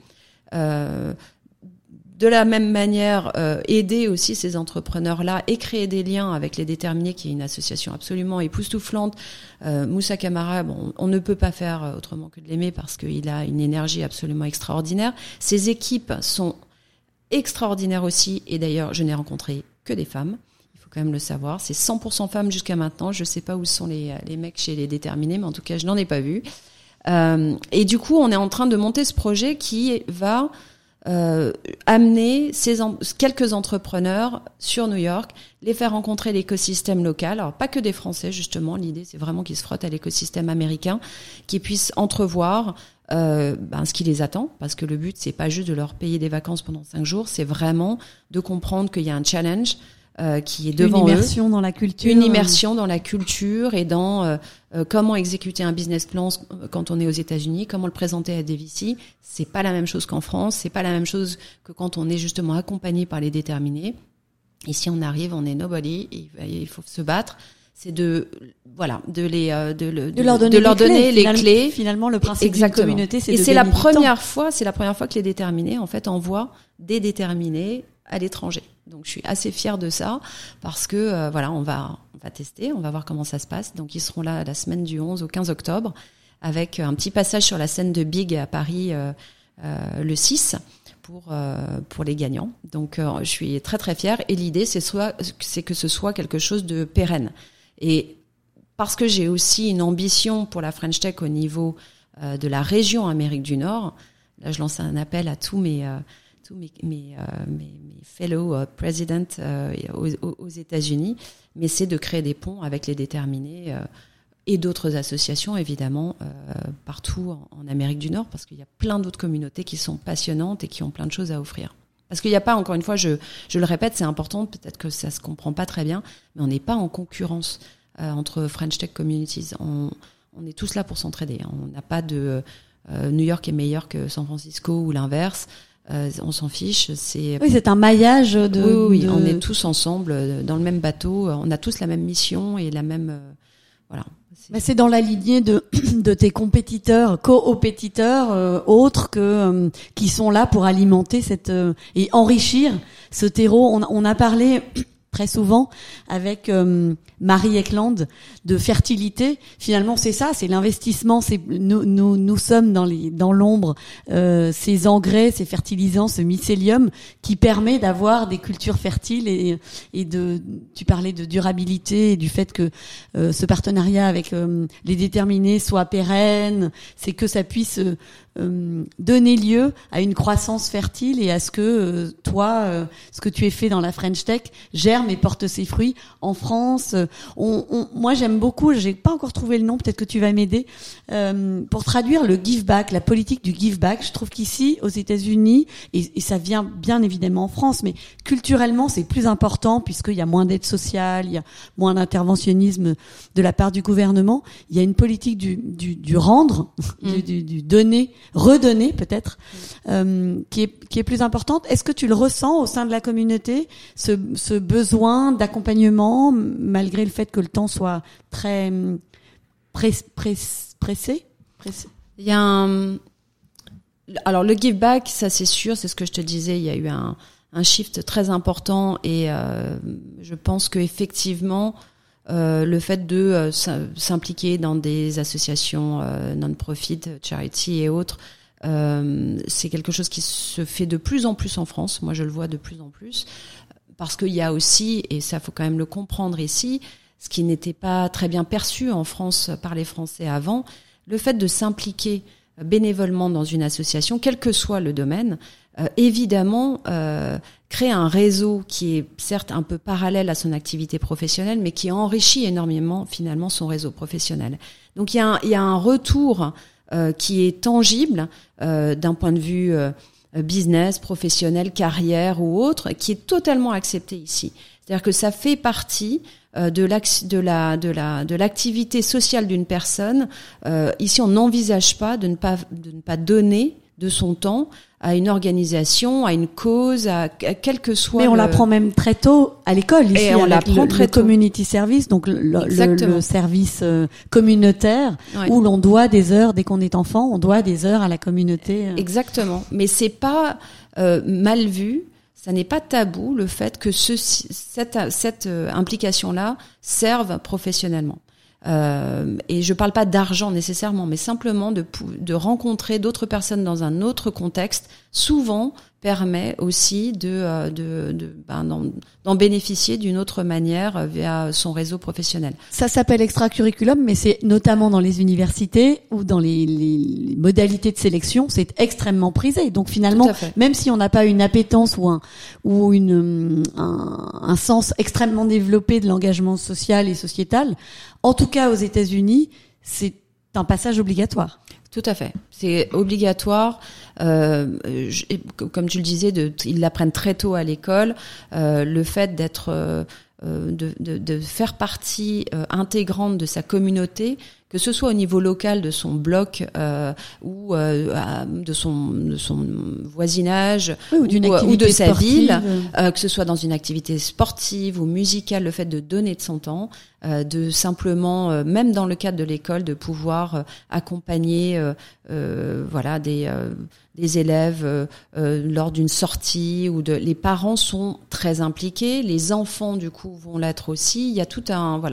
De la même manière, aider aussi ces entrepreneurs-là et créer des liens avec Les Déterminés, qui est une association absolument époustouflante. Moussa Camara, on ne peut pas faire autrement que de l'aimer parce qu'il a une énergie absolument extraordinaire. Ses équipes sont extraordinaires aussi, et d'ailleurs, je n'ai rencontré que des femmes. Il faut quand même le savoir. C'est 100% femmes jusqu'à maintenant. Je sais pas où sont les mecs chez Les Déterminés, mais en tout cas, je n'en ai pas vu. Et du coup, on est en train de monter ce projet qui va amener quelques entrepreneurs sur New York, les faire rencontrer l'écosystème local. Alors pas que des Français justement, l'idée c'est vraiment qu'ils se frottent à l'écosystème américain, qu'ils puissent entrevoir ce qui les attend, parce que le but c'est pas juste de leur payer des vacances pendant 5 jours, c'est vraiment de comprendre qu'il y a un challenge qui est devant eux. Une immersion dans la culture. Une immersion dans la culture et dans comment exécuter un business plan quand on est aux États-Unis, comment le présenter à des VC. C'est pas la même chose qu'en France, c'est pas la même chose que quand on est justement accompagné par Les Déterminés. Ici, on arrive, on est nobody, il faut se battre. C'est de leur donner les clés. Finalement, le principe Exactement. d'une communauté, c'est et de c'est gagner du temps. C'est la première fois que Les Déterminés en fait envoient des déterminés à l'étranger. Donc je suis assez fière de ça parce que on va tester, on va voir comment ça se passe. Donc ils seront là la semaine du 11 au 15 octobre avec un petit passage sur la scène de Big à Paris le 6 pour les gagnants. Donc je suis très très fière et l'idée c'est que ce soit quelque chose de pérenne. Et parce que j'ai aussi une ambition pour la French Tech au niveau de la région Amérique du Nord, là je lance un appel à tous mes fellow presidents aux États-Unis, mais c'est de créer des ponts avec Les Déterminés et d'autres associations évidemment partout en Amérique du Nord, parce qu'il y a plein d'autres communautés qui sont passionnantes et qui ont plein de choses à offrir. Parce qu'il n'y a pas, encore une fois, je le répète, c'est important, peut-être que ça se comprend pas très bien, mais on n'est pas en concurrence entre French Tech Communities. On est tous là pour s'entraider. On n'a pas de New York est meilleur que San Francisco ou l'inverse. On s'en fiche. Oui, c'est un maillage de. Oui, on est tous ensemble dans le même bateau. On a tous la même mission et la même. Voilà. C'est dans la lignée de tes compétiteurs, co-opétiteurs, autres que qui sont là pour alimenter et enrichir ce terreau. On a parlé très souvent avec Marie Eklund de fertilité. Finalement, c'est ça, c'est l'investissement. C'est nous sommes dans l'ombre, ces engrais, ces fertilisants, ce mycélium qui permet d'avoir des cultures fertiles et tu parlais de durabilité et du fait que ce partenariat avec Les Déterminés soit pérenne, c'est que ça puisse donner lieu à une croissance fertile et à ce que toi, ce que tu es fait dans la French Tech germe germe et porte ses fruits en France. Moi, j'aime beaucoup. J'ai pas encore trouvé le nom. Peut-être que tu vas m'aider pour traduire le give back, la politique du give back. Je trouve qu'ici, aux États-Unis, et ça vient bien évidemment en France, mais culturellement, c'est plus important puisqu'il y a moins d'aide sociale, il y a moins d'interventionnisme de la part du gouvernement. Il y a une politique du rendre, du donner, redonner peut-être, qui est plus importante. Est-ce que tu le ressens au sein de la communauté, ce besoin d'accompagnement, malgré le fait que le temps soit très pressé? Il y a alors le give back, ça c'est sûr, c'est ce que je te disais, il y a eu un shift très important et je pense que effectivement le fait de s'impliquer dans des associations non-profit, charity et autres, c'est quelque chose qui se fait de plus en plus en France. Moi, je le vois de plus en plus parce qu'il y a aussi, et ça faut quand même le comprendre ici, ce qui n'était pas très bien perçu en France par les Français avant, le fait de s'impliquer bénévolement dans une association, quel que soit le domaine, évidemment crée un réseau qui est certes un peu parallèle à son activité professionnelle, mais qui enrichit énormément finalement son réseau professionnel. Donc il y a un retour qui est tangible d'un point de vue business, professionnel, carrière ou autre, qui est totalement accepté ici. C'est-à-dire que ça fait partie de l'activité sociale d'une personne. Ici, on n'envisage pas de ne pas donner de son temps à une organisation, à une cause, à quel que soit. Mais on l'apprend même très tôt à l'école ici. Et on l'apprend très tôt. Le community service, donc le service communautaire, ouais, où l'on doit des heures dès qu'on est enfant, on doit des heures à la communauté. Exactement. Mais c'est pas mal vu. Ça n'est pas tabou le fait que cette implication-là serve professionnellement. Et je parle pas d'argent nécessairement, mais simplement de rencontrer d'autres personnes dans un autre contexte, souvent permet aussi d'en bénéficier d'une autre manière via son réseau professionnel. Ça s'appelle extracurriculum, mais c'est notamment dans les universités ou dans les modalités de sélection, c'est extrêmement prisé. Donc finalement, même si on n'a pas une appétence ou un sens extrêmement développé de l'engagement social et sociétal, en tout cas aux États-Unis, c'est un passage obligatoire. Tout à fait. C'est obligatoire. Comme tu le disais, ils l'apprennent très tôt à l'école. Le fait d'être, de faire partie intégrante de sa communauté, que ce soit au niveau local de son bloc ou de son voisinage, oui, ou de sa sportive, ville, que ce soit dans une activité sportive ou musicale, le fait de donner de son temps, de simplement, même dans le cadre de l'école, de pouvoir accompagner des élèves lors d'une sortie ou les parents sont très impliqués, les enfants du coup vont l'être aussi. Il y a tout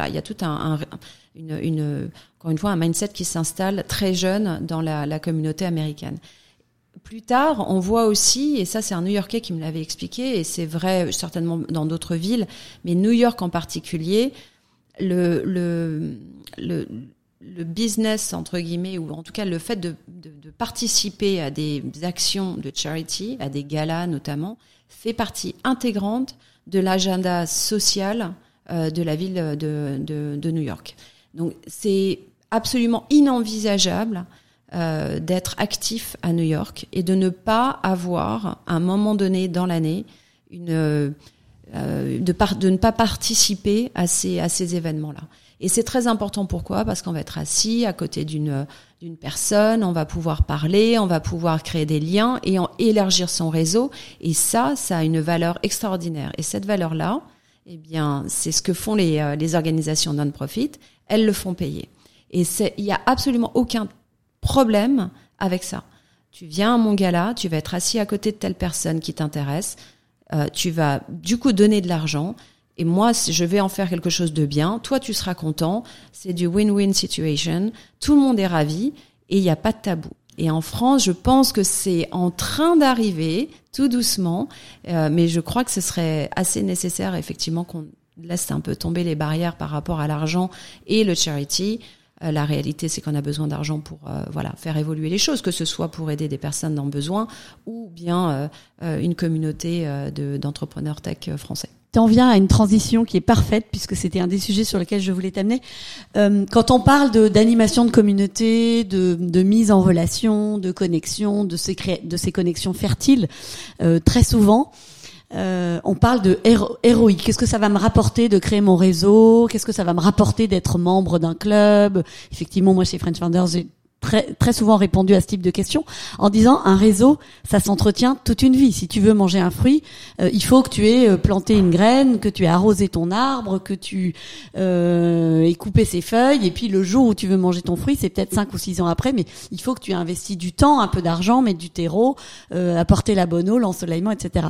encore une fois, un mindset qui s'installe très jeune dans la communauté américaine. Plus tard, on voit aussi, et ça c'est un New-Yorkais qui me l'avait expliqué, et c'est vrai certainement dans d'autres villes, mais New York en particulier, le business entre guillemets, ou en tout cas le fait de participer à des actions de charity, à des galas notamment, fait partie intégrante de l'agenda social de la ville de New York. Donc c'est absolument inenvisageable d'être actif à New York et de ne pas avoir à un moment donné dans l'année de ne pas participer à ces événements-là. Et c'est très important. Pourquoi ? Parce qu'on va être assis à côté d'une personne, on va pouvoir parler, on va pouvoir créer des liens et élargir son réseau. Et ça a une valeur extraordinaire. Et cette valeur-là, eh bien, c'est ce que font les organisations non-profit. Elles le font payer. Et il y a absolument aucun problème avec ça. Tu viens à mon gala, tu vas être assis à côté de telle personne qui t'intéresse, tu vas du coup donner de l'argent, et moi je vais en faire quelque chose de bien, toi tu seras content, c'est du win-win situation, tout le monde est ravi, et il n'y a pas de tabou. Et en France, je pense que c'est en train d'arriver, tout doucement, mais je crois que ce serait assez nécessaire effectivement qu'on laisse un peu tomber les barrières par rapport à l'argent et le charity, La réalité, c'est qu'on a besoin d'argent pour faire évoluer les choses, que ce soit pour aider des personnes dans le besoin ou bien une communauté d'entrepreneurs tech français. T'en viens à une transition qui est parfaite puisque c'était un des sujets sur lesquels je voulais t'amener. Quand on parle d'animation de communauté, de mise en relation, de connexion, de ces connexions fertiles, très souvent, on parle de ROI. Qu'est-ce que ça va me rapporter de créer mon réseau? Qu'est-ce que ça va me rapporter d'être membre d'un club? Effectivement, moi chez French Founders, j'ai très souvent répondu à ce type de questions en disant un réseau, ça s'entretient toute une vie. Si tu veux manger un fruit, il faut que tu aies planté une graine, que tu aies arrosé ton arbre, que tu aies coupé ses feuilles, et puis le jour où tu veux manger ton fruit, c'est peut-être 5 ou 6 ans après, mais il faut que tu aies investi du temps, un peu d'argent, mettre du terreau, apporter la bonne eau, l'ensoleillement, etc.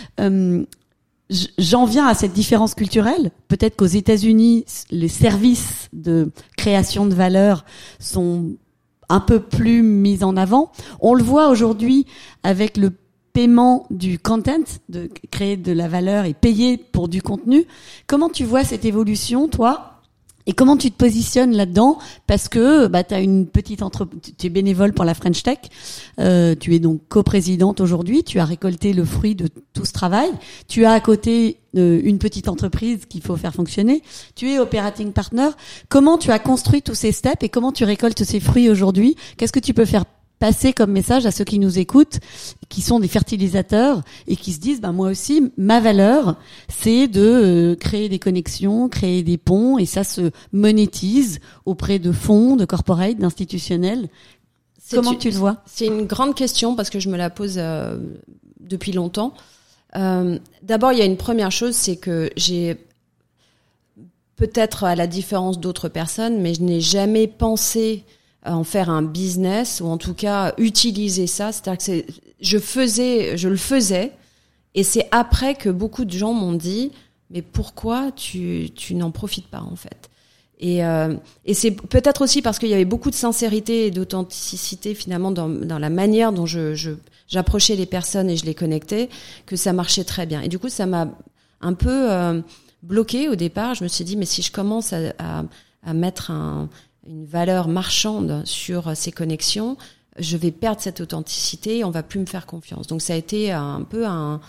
J'en viens à cette différence culturelle. Peut-être qu'aux États-Unis, les services de création de valeur sont un peu plus mise en avant. On le voit aujourd'hui avec le paiement du content, de créer de la valeur et payer pour du contenu. Comment tu vois cette évolution, toi? Et comment tu te positionnes là-dedans? Parce que t'as une petite entreprise, tu es bénévole pour la French Tech, tu es donc coprésidente aujourd'hui, tu as récolté le fruit de tout ce travail, tu as à côté une petite entreprise qu'il faut faire fonctionner, tu es operating partner. Comment tu as construit tous ces steps et comment tu récoltes ces fruits aujourd'hui? Qu'est-ce que tu peux faire passer comme message à ceux qui nous écoutent, qui sont des fertilisateurs et qui se disent, moi aussi, ma valeur, c'est de créer des connexions, créer des ponts, et ça se monétise auprès de fonds, de corporates, d'institutionnels. Comment tu le vois? C'est une grande question parce que je me la pose depuis longtemps. D'abord, il y a une première chose, c'est que j'ai peut-être à la différence d'autres personnes, mais je n'ai jamais pensé en faire un business, ou en tout cas utiliser ça. C'est-à-dire que je le faisais, et c'est après que beaucoup de gens m'ont dit mais pourquoi tu n'en profites pas en fait. Et c'est peut-être aussi parce qu'il y avait beaucoup de sincérité et d'authenticité finalement dans la manière dont j'approchais les personnes et je les connectais, que ça marchait très bien. Et du coup ça m'a un peu bloquée au départ. Je me suis dit mais si je commence à mettre une valeur marchande sur ces connexions, je vais perdre cette authenticité et on va plus me faire confiance. Donc ça a été un peu un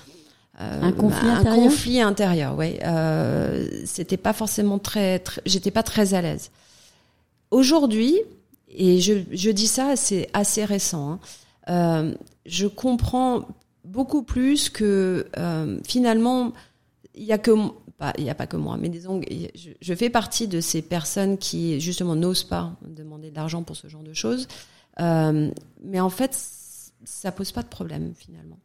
conflit intérieur, ouais. C'était pas forcément j'étais pas très à l'aise. Aujourd'hui, et je dis ça, c'est assez récent, je comprends beaucoup plus que finalement il y a pas que moi, mais disons, je fais partie de ces personnes qui justement n'osent pas demander de l'argent pour ce genre de choses. Mais en fait, ça pose pas de problème finalement.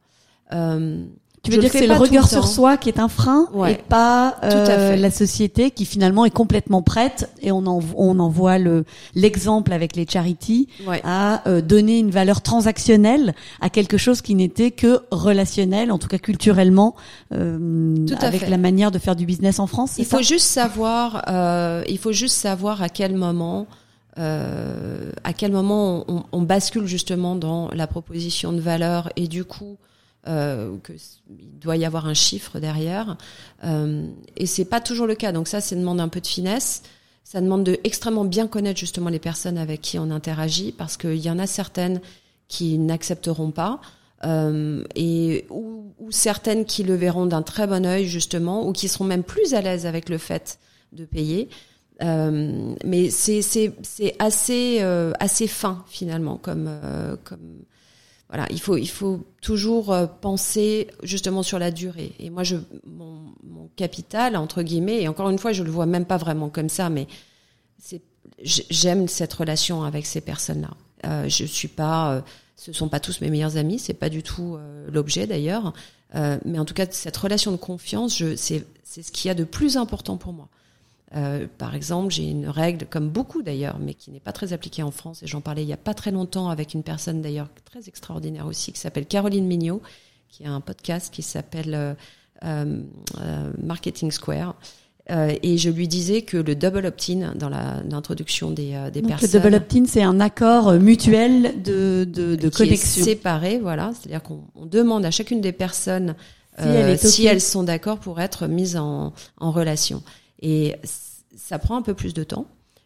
Tu veux dire que c'est le regard sur soi qui est un frein, ouais, et pas la société qui finalement est complètement prête, et on en voit l'exemple avec les charities, ouais, à donner une valeur transactionnelle à quelque chose qui n'était que relationnel, en tout cas culturellement, avec la manière de faire du business en France. Il faut juste savoir à quel moment on bascule justement dans la proposition de valeur, et du coup il doit y avoir un chiffre derrière, et c'est pas toujours le cas. Donc ça demande un peu de finesse, ça demande de extrêmement bien connaître justement les personnes avec qui on interagit, parce qu'il y en a certaines qui n'accepteront pas, et ou certaines qui le verront d'un très bon œil justement, ou qui seront même plus à l'aise avec le fait de payer. Mais c'est assez fin finalement comme voilà, il faut toujours penser justement sur la durée. Et moi, mon capital entre guillemets, et encore une fois, je le vois même pas vraiment comme ça, mais j'aime cette relation avec ces personnes-là. Je suis pas, ce sont pas tous mes meilleurs amis, c'est pas du tout l'objet d'ailleurs, mais en tout cas cette relation de confiance, c'est ce qu'il y a de plus important pour moi. Par exemple, j'ai une règle, comme beaucoup d'ailleurs, mais qui n'est pas très appliquée en France, et j'en parlais il y a pas très longtemps avec une personne d'ailleurs très extraordinaire aussi, qui s'appelle Caroline Mignot, qui a un podcast qui s'appelle Marketing Square, et je lui disais que le double opt-in dans l'introduction des Donc personnes. Le double opt-in, c'est un accord mutuel de connexion. Est séparé, voilà, c'est-à-dire qu'on demande à chacune des personnes si elles sont d'accord pour être mises en relation. Et ça prend un peu plus de temps,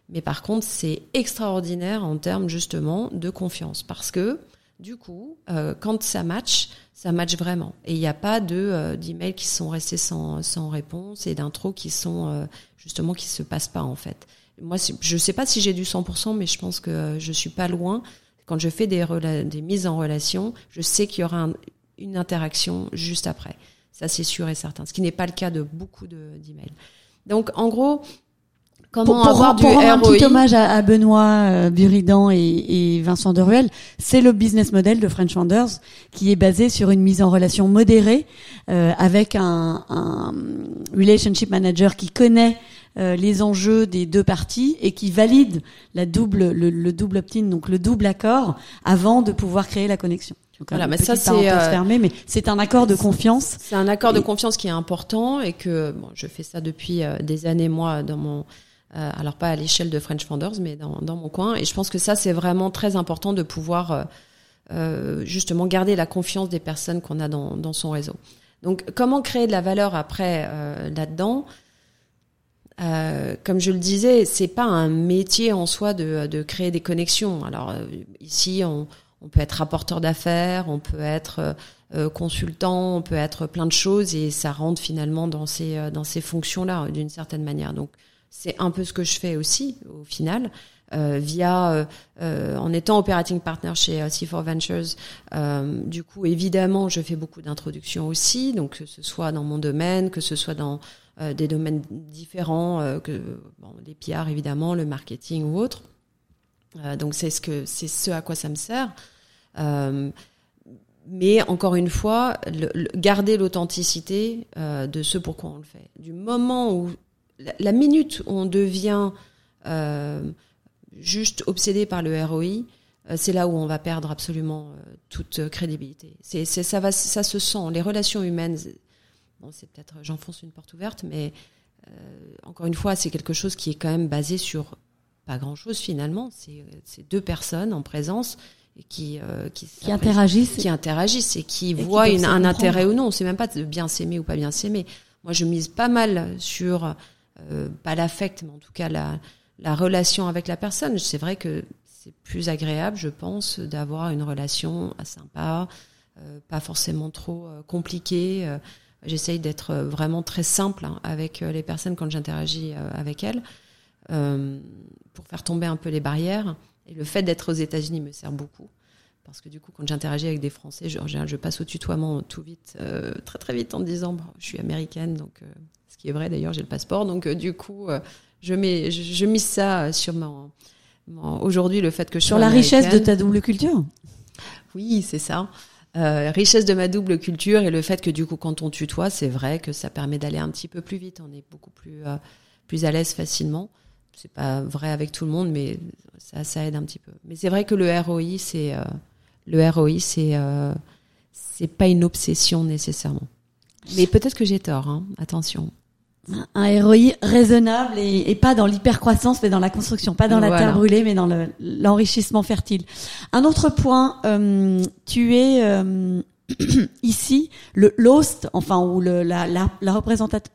Mais par contre, c'est extraordinaire en termes justement de confiance, parce que du coup, quand ça match vraiment. Et il n'y a pas d'emails qui sont restés sans réponse et d'intros qui sont justement qui se passent pas en fait. Moi, je sais pas si j'ai du 100%, mais je pense que je suis pas loin. Quand je fais des mises en relation, je sais qu'il y aura une interaction juste après. Ça, c'est sûr et certain. Ce qui n'est pas le cas de beaucoup d'emails. Donc, en gros, comment avoir du ROI? Un petit hommage à Benoît Buridan et Vincent Deruel, c'est le business model de French Founders qui est basé sur une mise en relation modérée avec un relationship manager qui connaît les enjeux des deux parties et qui valide le double opt-in, donc le double accord, avant de pouvoir créer la connexion. Donc, voilà, mais ça c'est fermé, mais c'est un accord de confiance. C'est un accord de confiance qui est important et que je fais ça depuis des années moi dans mon alors pas à l'échelle de French Founders, mais dans mon coin. Et je pense que ça c'est vraiment très important de pouvoir justement garder la confiance des personnes qu'on a dans son réseau. Donc comment créer de la valeur après là-dedans? Comme je le disais, c'est pas un métier en soi de créer des connexions. Alors ici, on peut être rapporteur d'affaires, on peut être consultant, on peut être plein de choses et ça rentre finalement dans ces fonctions-là d'une certaine manière. Donc c'est un peu ce que je fais aussi au final en étant operating partner chez C4 Ventures. Du coup, évidemment, je fais beaucoup d'introductions aussi, donc que ce soit dans mon domaine, que ce soit dans des domaines différents, les PR évidemment, le marketing ou autre. Donc c'est ce à quoi ça me sert. Mais encore une fois, garder l'authenticité de ce pourquoi on le fait. Du moment où la minute où on devient juste obsédé par le ROI, c'est là où on va perdre absolument toute crédibilité. Ça se sent. Les relations humaines. Bon, c'est peut-être, j'enfonce une porte ouverte, mais encore une fois, c'est quelque chose qui est quand même basé sur pas grand-chose finalement. C'est deux personnes en présence et qui interagissent et qui voient un intérêt ou non. C'est même pas de bien s'aimer ou pas bien s'aimer. Moi, je mise pas mal sur pas l'affect, mais en tout cas la relation avec la personne. C'est vrai que c'est plus agréable, je pense, d'avoir une relation sympa, pas forcément trop compliquée. J'essaye d'être vraiment très simple avec les personnes quand j'interagis avec elles, pour faire tomber un peu les barrières. Et le fait d'être aux États-Unis me sert beaucoup, parce que du coup, quand j'interagis avec des Français, je passe au tutoiement tout vite, très très vite, en disant je suis américaine, donc ce qui est vrai d'ailleurs, j'ai le passeport, donc du coup, je mise ça sur aujourd'hui le fait que je suis américaine. Sur la richesse de ta double culture. Oui, c'est ça. Richesse de ma double culture et le fait que du coup quand on tutoie, c'est vrai que ça permet d'aller un petit peu plus vite, on est beaucoup plus à l'aise facilement. C'est pas vrai avec tout le monde, mais ça aide un petit peu. Mais c'est vrai que le ROI c'est pas une obsession nécessairement. Mais peut-être que j'ai tort, hein. Attention. Un ROI raisonnable et pas dans l'hypercroissance, mais dans la construction, pas dans la terre brûlée, mais dans l'enrichissement fertile. Un autre point, tu es ici l'host, enfin ou la représentante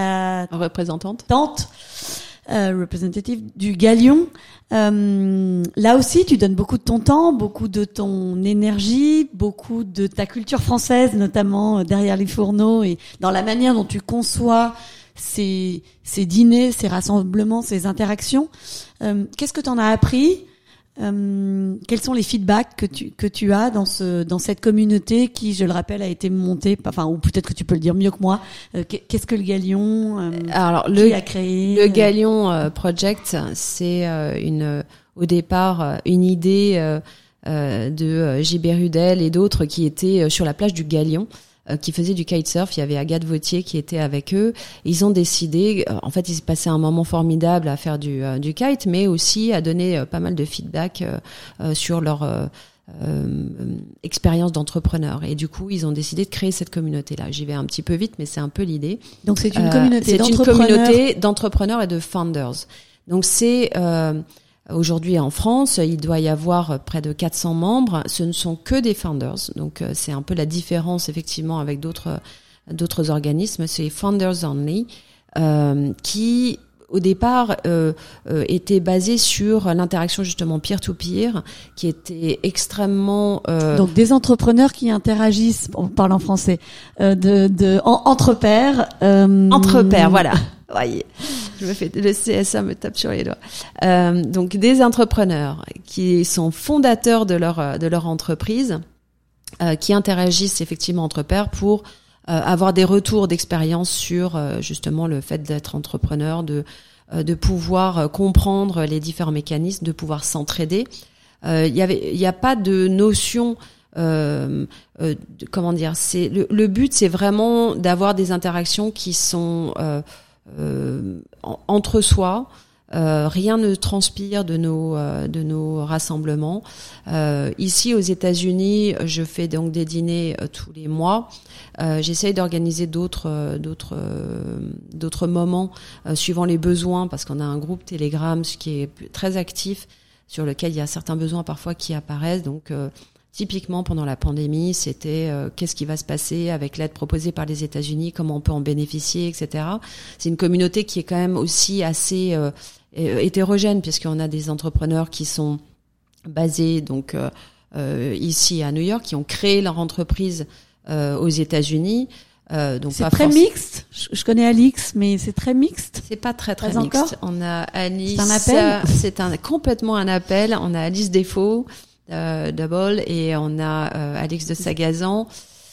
représentative du Galion. Là aussi, tu donnes beaucoup de ton temps, beaucoup de ton énergie, beaucoup de ta culture française, notamment derrière les fourneaux et dans la manière dont tu conçois ces dîners, ces rassemblements, ces interactions. Qu'est-ce que tu en as appris? Quels sont les feedbacks que tu as dans cette communauté qui, je le rappelle, a été montée, enfin, ou peut-être que tu peux le dire mieux que moi. Qu'est-ce que le Galion qui a créé le Galion Project, c'est au départ une idée de JB Rudel et d'autres qui étaient sur la plage du Galion, qui faisaient du kitesurf. Il y avait Agathe Vautier qui était avec eux. Ils ont décidé, en fait, ils se passaient un moment formidable à faire du kite, mais aussi à donner pas mal de feedback sur leur expérience d'entrepreneur. Et du coup, ils ont décidé de créer cette communauté-là. J'y vais un petit peu vite, mais c'est un peu l'idée. Donc c'est une communauté d'entrepreneurs et de founders. Donc c'est aujourd'hui en France, il doit y avoir près de 400 membres. Ce ne sont que des founders. Donc c'est un peu la différence effectivement avec d'autres organismes. C'est founders only, qui au départ était basé sur l'interaction justement peer-to-peer, qui était extrêmement donc des entrepreneurs qui interagissent, on parle en français, entre pairs. Entre pairs, voilà. Voyez, je me fais le CSA me tape sur les doigts. Donc des entrepreneurs qui sont fondateurs de leur entreprise, qui interagissent effectivement entre pairs pour avoir des retours d'expérience sur justement le fait d'être entrepreneur, de pouvoir comprendre les différents mécanismes, de pouvoir s'entraider. Il y a pas de notion comment dire, c'est le but, c'est vraiment d'avoir des interactions qui sont entre soi. Rien ne transpire de nos rassemblements. Ici aux États-Unis, je fais donc des dîners tous les mois. J'essaye d'organiser d'autres moments suivant les besoins, parce qu'on a un groupe Telegram qui est très actif, sur lequel il y a certains besoins parfois qui apparaissent. Donc typiquement pendant la pandémie, c'était qu'est-ce qui va se passer avec l'aide proposée par les États-Unis, comment on peut en bénéficier, etc. C'est une communauté qui est quand même aussi assez hétérogène, puisqu'on a des entrepreneurs qui sont basés donc ici à New York, qui ont créé leur entreprise aux États-Unis. Donc c'est très mixte. Je connais Alix, mais c'est très mixte. C'est pas très pas mixte. Encore On a Alice. C'est un appel. C'est complètement un appel. On a Alice Défaut, Double, et on a Alix de Sagazan.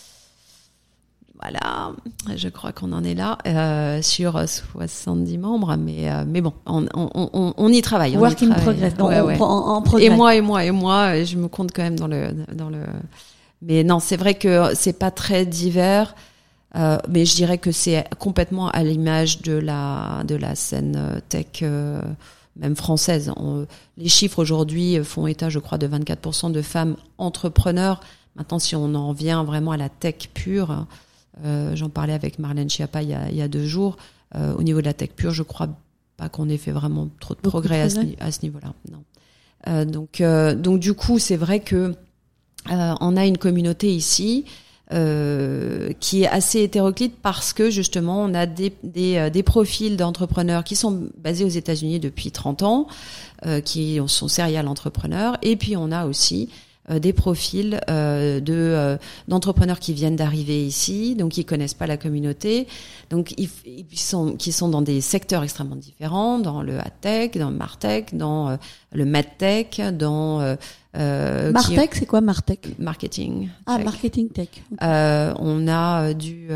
Voilà, je crois qu'on en est là sur 70 membres, mais bon, on y travaille. Work in progress. Donc en progrès. Et moi, je me compte quand même dans le. Mais non, c'est vrai que c'est pas très divers, mais je dirais que c'est complètement à l'image de la scène tech, même française. Les chiffres aujourd'hui font état, je crois, de 24% de femmes entrepreneurs. Maintenant, si on en vient vraiment à la tech pure. J'en parlais avec Marlène Schiappa il y a 2 jours. Au niveau de la tech pure, je crois pas qu'on ait fait vraiment trop de progrès à ce niveau-là. Non. Donc du coup, c'est vrai que on a une communauté ici qui est assez hétéroclite, parce que justement, on a des profils d'entrepreneurs qui sont basés aux États-Unis depuis 30 ans, qui sont serial entrepreneurs, et puis on a aussi des profils d'entrepreneurs qui viennent d'arriver ici, donc qui connaissent pas la communauté, donc qui sont dans des secteurs extrêmement différents, dans le AdTech, dans le MarTech, dans le MedTech, dans MarTech, c'est quoi MarTech? Marketing. Ah, tech. marketing tech. On a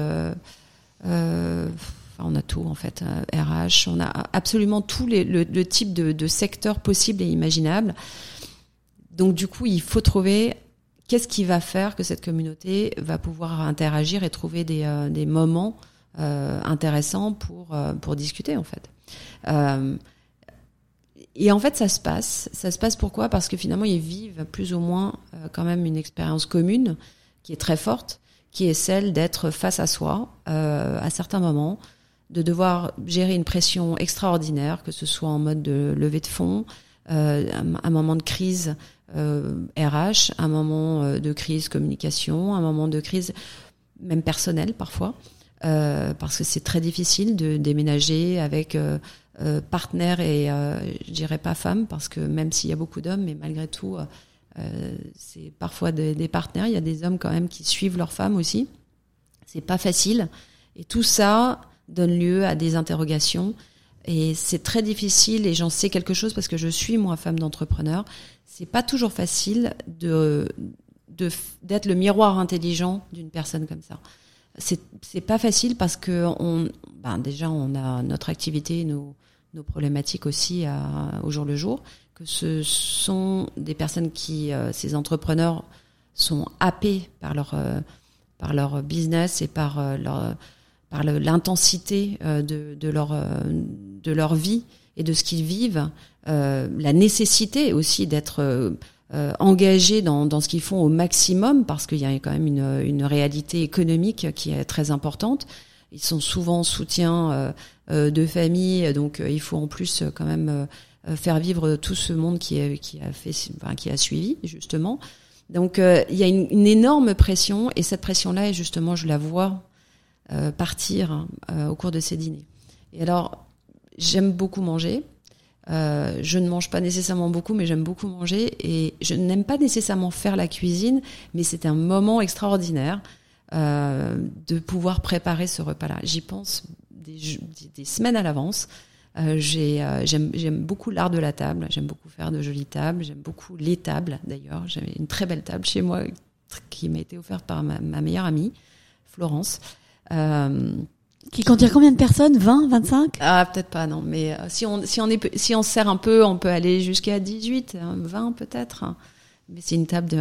on a tout en fait, RH, on a absolument tout le type de secteurs possibles et imaginables. Donc du coup, il faut trouver qu'est-ce qui va faire que cette communauté va pouvoir interagir et trouver des moments intéressants pour discuter en fait. Et en fait, ça se passe pourquoi ? Parce que finalement, ils vivent plus ou moins quand même une expérience commune qui est très forte, qui est celle d'être face à soi à certains moments, de devoir gérer une pression extraordinaire, que ce soit en mode de levée de fonds, un moment de crise RH, un moment de crise communication, un moment de crise même personnelle parfois, parce que c'est très difficile de déménager avec partenaire et je dirais pas femme, parce que même s'il y a beaucoup d'hommes, mais malgré tout c'est parfois des partenaires, il y a des hommes quand même qui suivent leurs femmes aussi, c'est pas facile, et tout ça donne lieu à des interrogations. Et c'est très difficile, et j'en sais quelque chose parce que je suis moi femme d'entrepreneur. C'est pas toujours facile d'être le miroir intelligent d'une personne comme ça. C'est pas facile parce que déjà on a notre activité, nos problématiques aussi au jour le jour. Que ce sont des personnes qui, ces entrepreneurs, sont happés par leur business et par l'intensité de leur vie et de ce qu'ils vivent, la nécessité aussi d'être engagés dans ce qu'ils font au maximum, parce qu'il y a quand même une réalité économique qui est très importante. Ils sont souvent en soutien de famille, donc il faut en plus quand même faire vivre tout ce monde qui a suivi justement. Donc il y a une énorme pression, et cette pression-là, justement, je la vois partir au cours de ces dîners. Et alors, j'aime beaucoup manger. Je ne mange pas nécessairement beaucoup, mais j'aime beaucoup manger. Et je n'aime pas nécessairement faire la cuisine, mais c'est un moment extraordinaire de pouvoir préparer ce repas-là. J'y pense des semaines à l'avance. J'aime beaucoup l'art de la table. J'aime beaucoup faire de jolies tables. J'aime beaucoup les tables, d'ailleurs. J'avais une très belle table chez moi qui m'a été offerte par ma meilleure amie, Florence. Qui contient combien de personnes? 20, 25? Ah, peut-être pas, non. Mais si on serre un peu, on peut aller jusqu'à 18, 20 peut-être. Mais c'est une table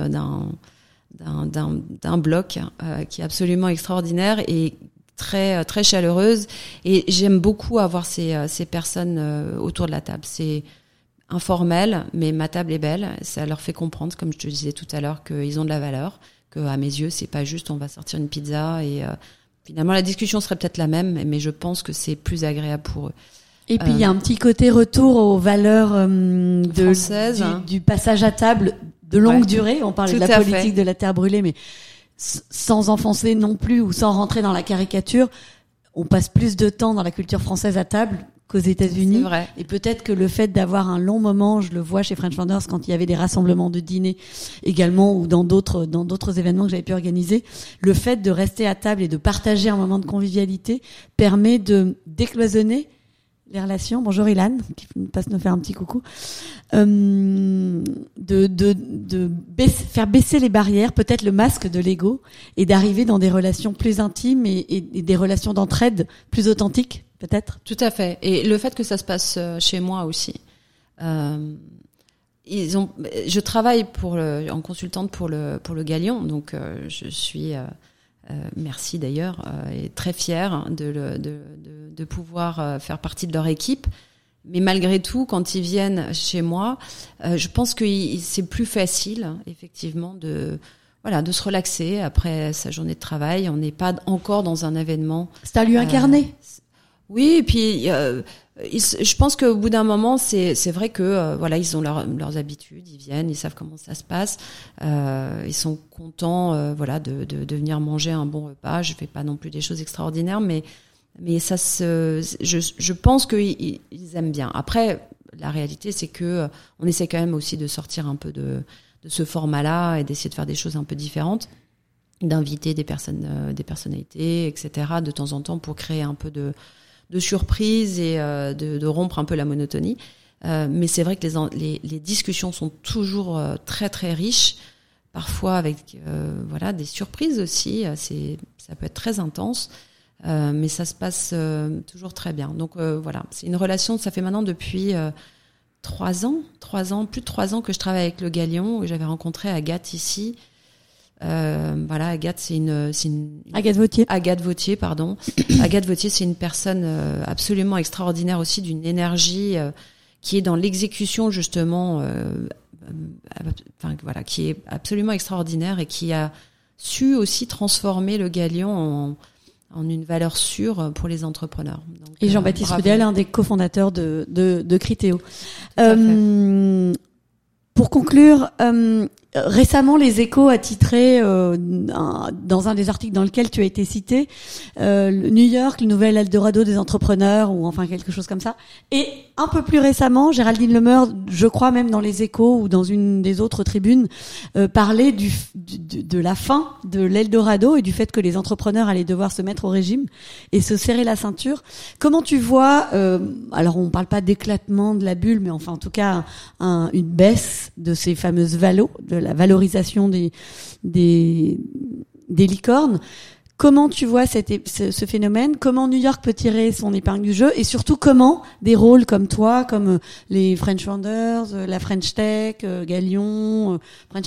d'un bloc qui est absolument extraordinaire et très très chaleureuse. Et j'aime beaucoup avoir ces personnes autour de la table. C'est informel, mais ma table est belle. Ça leur fait comprendre, comme je te disais tout à l'heure, qu'ils ont de la valeur. Que à mes yeux, c'est pas juste on va sortir une pizza et finalement la discussion serait peut-être la même, mais je pense que c'est plus agréable pour eux. Et puis il y a un petit côté retour aux valeurs françaises, du passage à table de longue durée. On parlait de la politique de la terre brûlée, mais sans enfoncer non plus ou sans rentrer dans la caricature, on passe plus de temps dans la culture française à table qu'aux États-Unis. C'est vrai. Et peut-être que le fait d'avoir un long moment, je le vois chez French Founders quand il y avait des rassemblements de dîner également ou dans d'autres événements que j'avais pu organiser, le fait de rester à table et de partager un moment de convivialité permet de décloisonner les relations. Bonjour Ilan, qui passe nous faire un petit coucou. Faire baisser les barrières, peut-être le masque de l'ego, et d'arriver dans des relations plus intimes et des relations d'entraide plus authentiques, peut-être. Tout à fait. Et le fait que ça se passe chez moi aussi. Je travaille en consultante pour le Galion, donc je suis merci d'ailleurs, et très fière de pouvoir faire partie de leur équipe. Mais malgré tout, quand ils viennent chez moi, je pense que c'est plus facile, effectivement, de se relaxer après sa journée de travail. On n'est pas encore dans un événement. C'est un lieu incarné. Oui, et puis je pense qu'au bout d'un moment, c'est vrai que ils ont leurs habitudes, ils viennent, ils savent comment ça se passe, ils sont contents de venir manger un bon repas. Je fais pas non plus des choses extraordinaires, mais ça je pense qu'ils aiment bien. Après, la réalité, c'est que on essaie quand même aussi de sortir un peu de ce format-là et d'essayer de faire des choses un peu différentes, d'inviter des personnalités, etc. de temps en temps pour créer un peu de surprise et de rompre un peu la monotonie. Mais c'est vrai que les discussions sont toujours très très riches, parfois avec des surprises aussi. Ça peut être très intense, mais ça se passe toujours très bien. Donc c'est une relation. Ça fait maintenant depuis 3 ans, plus de 3 ans que je travaille avec le Galion. J'avais rencontré Agathe ici. Agathe, c'est une Agathe Vautier. Agathe Vautier, pardon. Agathe Vautier, c'est une personne absolument extraordinaire aussi, d'une énergie qui est dans l'exécution justement, qui est absolument extraordinaire et qui a su aussi transformer le Galion en une valeur sûre pour les entrepreneurs. Donc, et Jean-Baptiste Rudel, un des cofondateurs de Criteo. Pour conclure, récemment, Les Échos a titré dans un des articles dans lequel tu as été cité, New York, le nouvel Eldorado des entrepreneurs, ou enfin quelque chose comme ça. Et un peu plus récemment, Géraldine Lemeur, je crois même dans Les Échos ou dans une des autres tribunes, parlait de la fin de l'Eldorado et du fait que les entrepreneurs allaient devoir se mettre au régime et se serrer la ceinture. Comment tu vois, alors on parle pas d'éclatement de la bulle, mais enfin en tout cas une baisse de ces fameuses valos, de la valorisation des licornes. Comment tu vois ce phénomène? Comment New York peut tirer son épingle du jeu? Et surtout, comment des rôles comme toi, comme les French Founders, la French Tech, Galion, French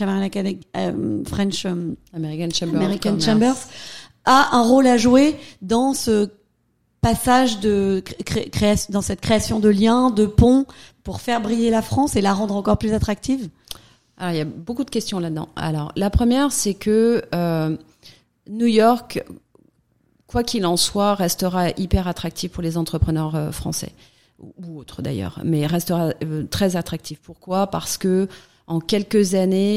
American Chambers, a un rôle à jouer dans ce passage dans cette création de liens, de ponts, pour faire briller la France et la rendre encore plus attractive? Alors, il y a beaucoup de questions là-dedans. Alors, la première, c'est que New York, quoi qu'il en soit, restera hyper attractif pour les entrepreneurs français ou autres d'ailleurs, mais restera très attractif. Pourquoi ? Parce que en quelques années,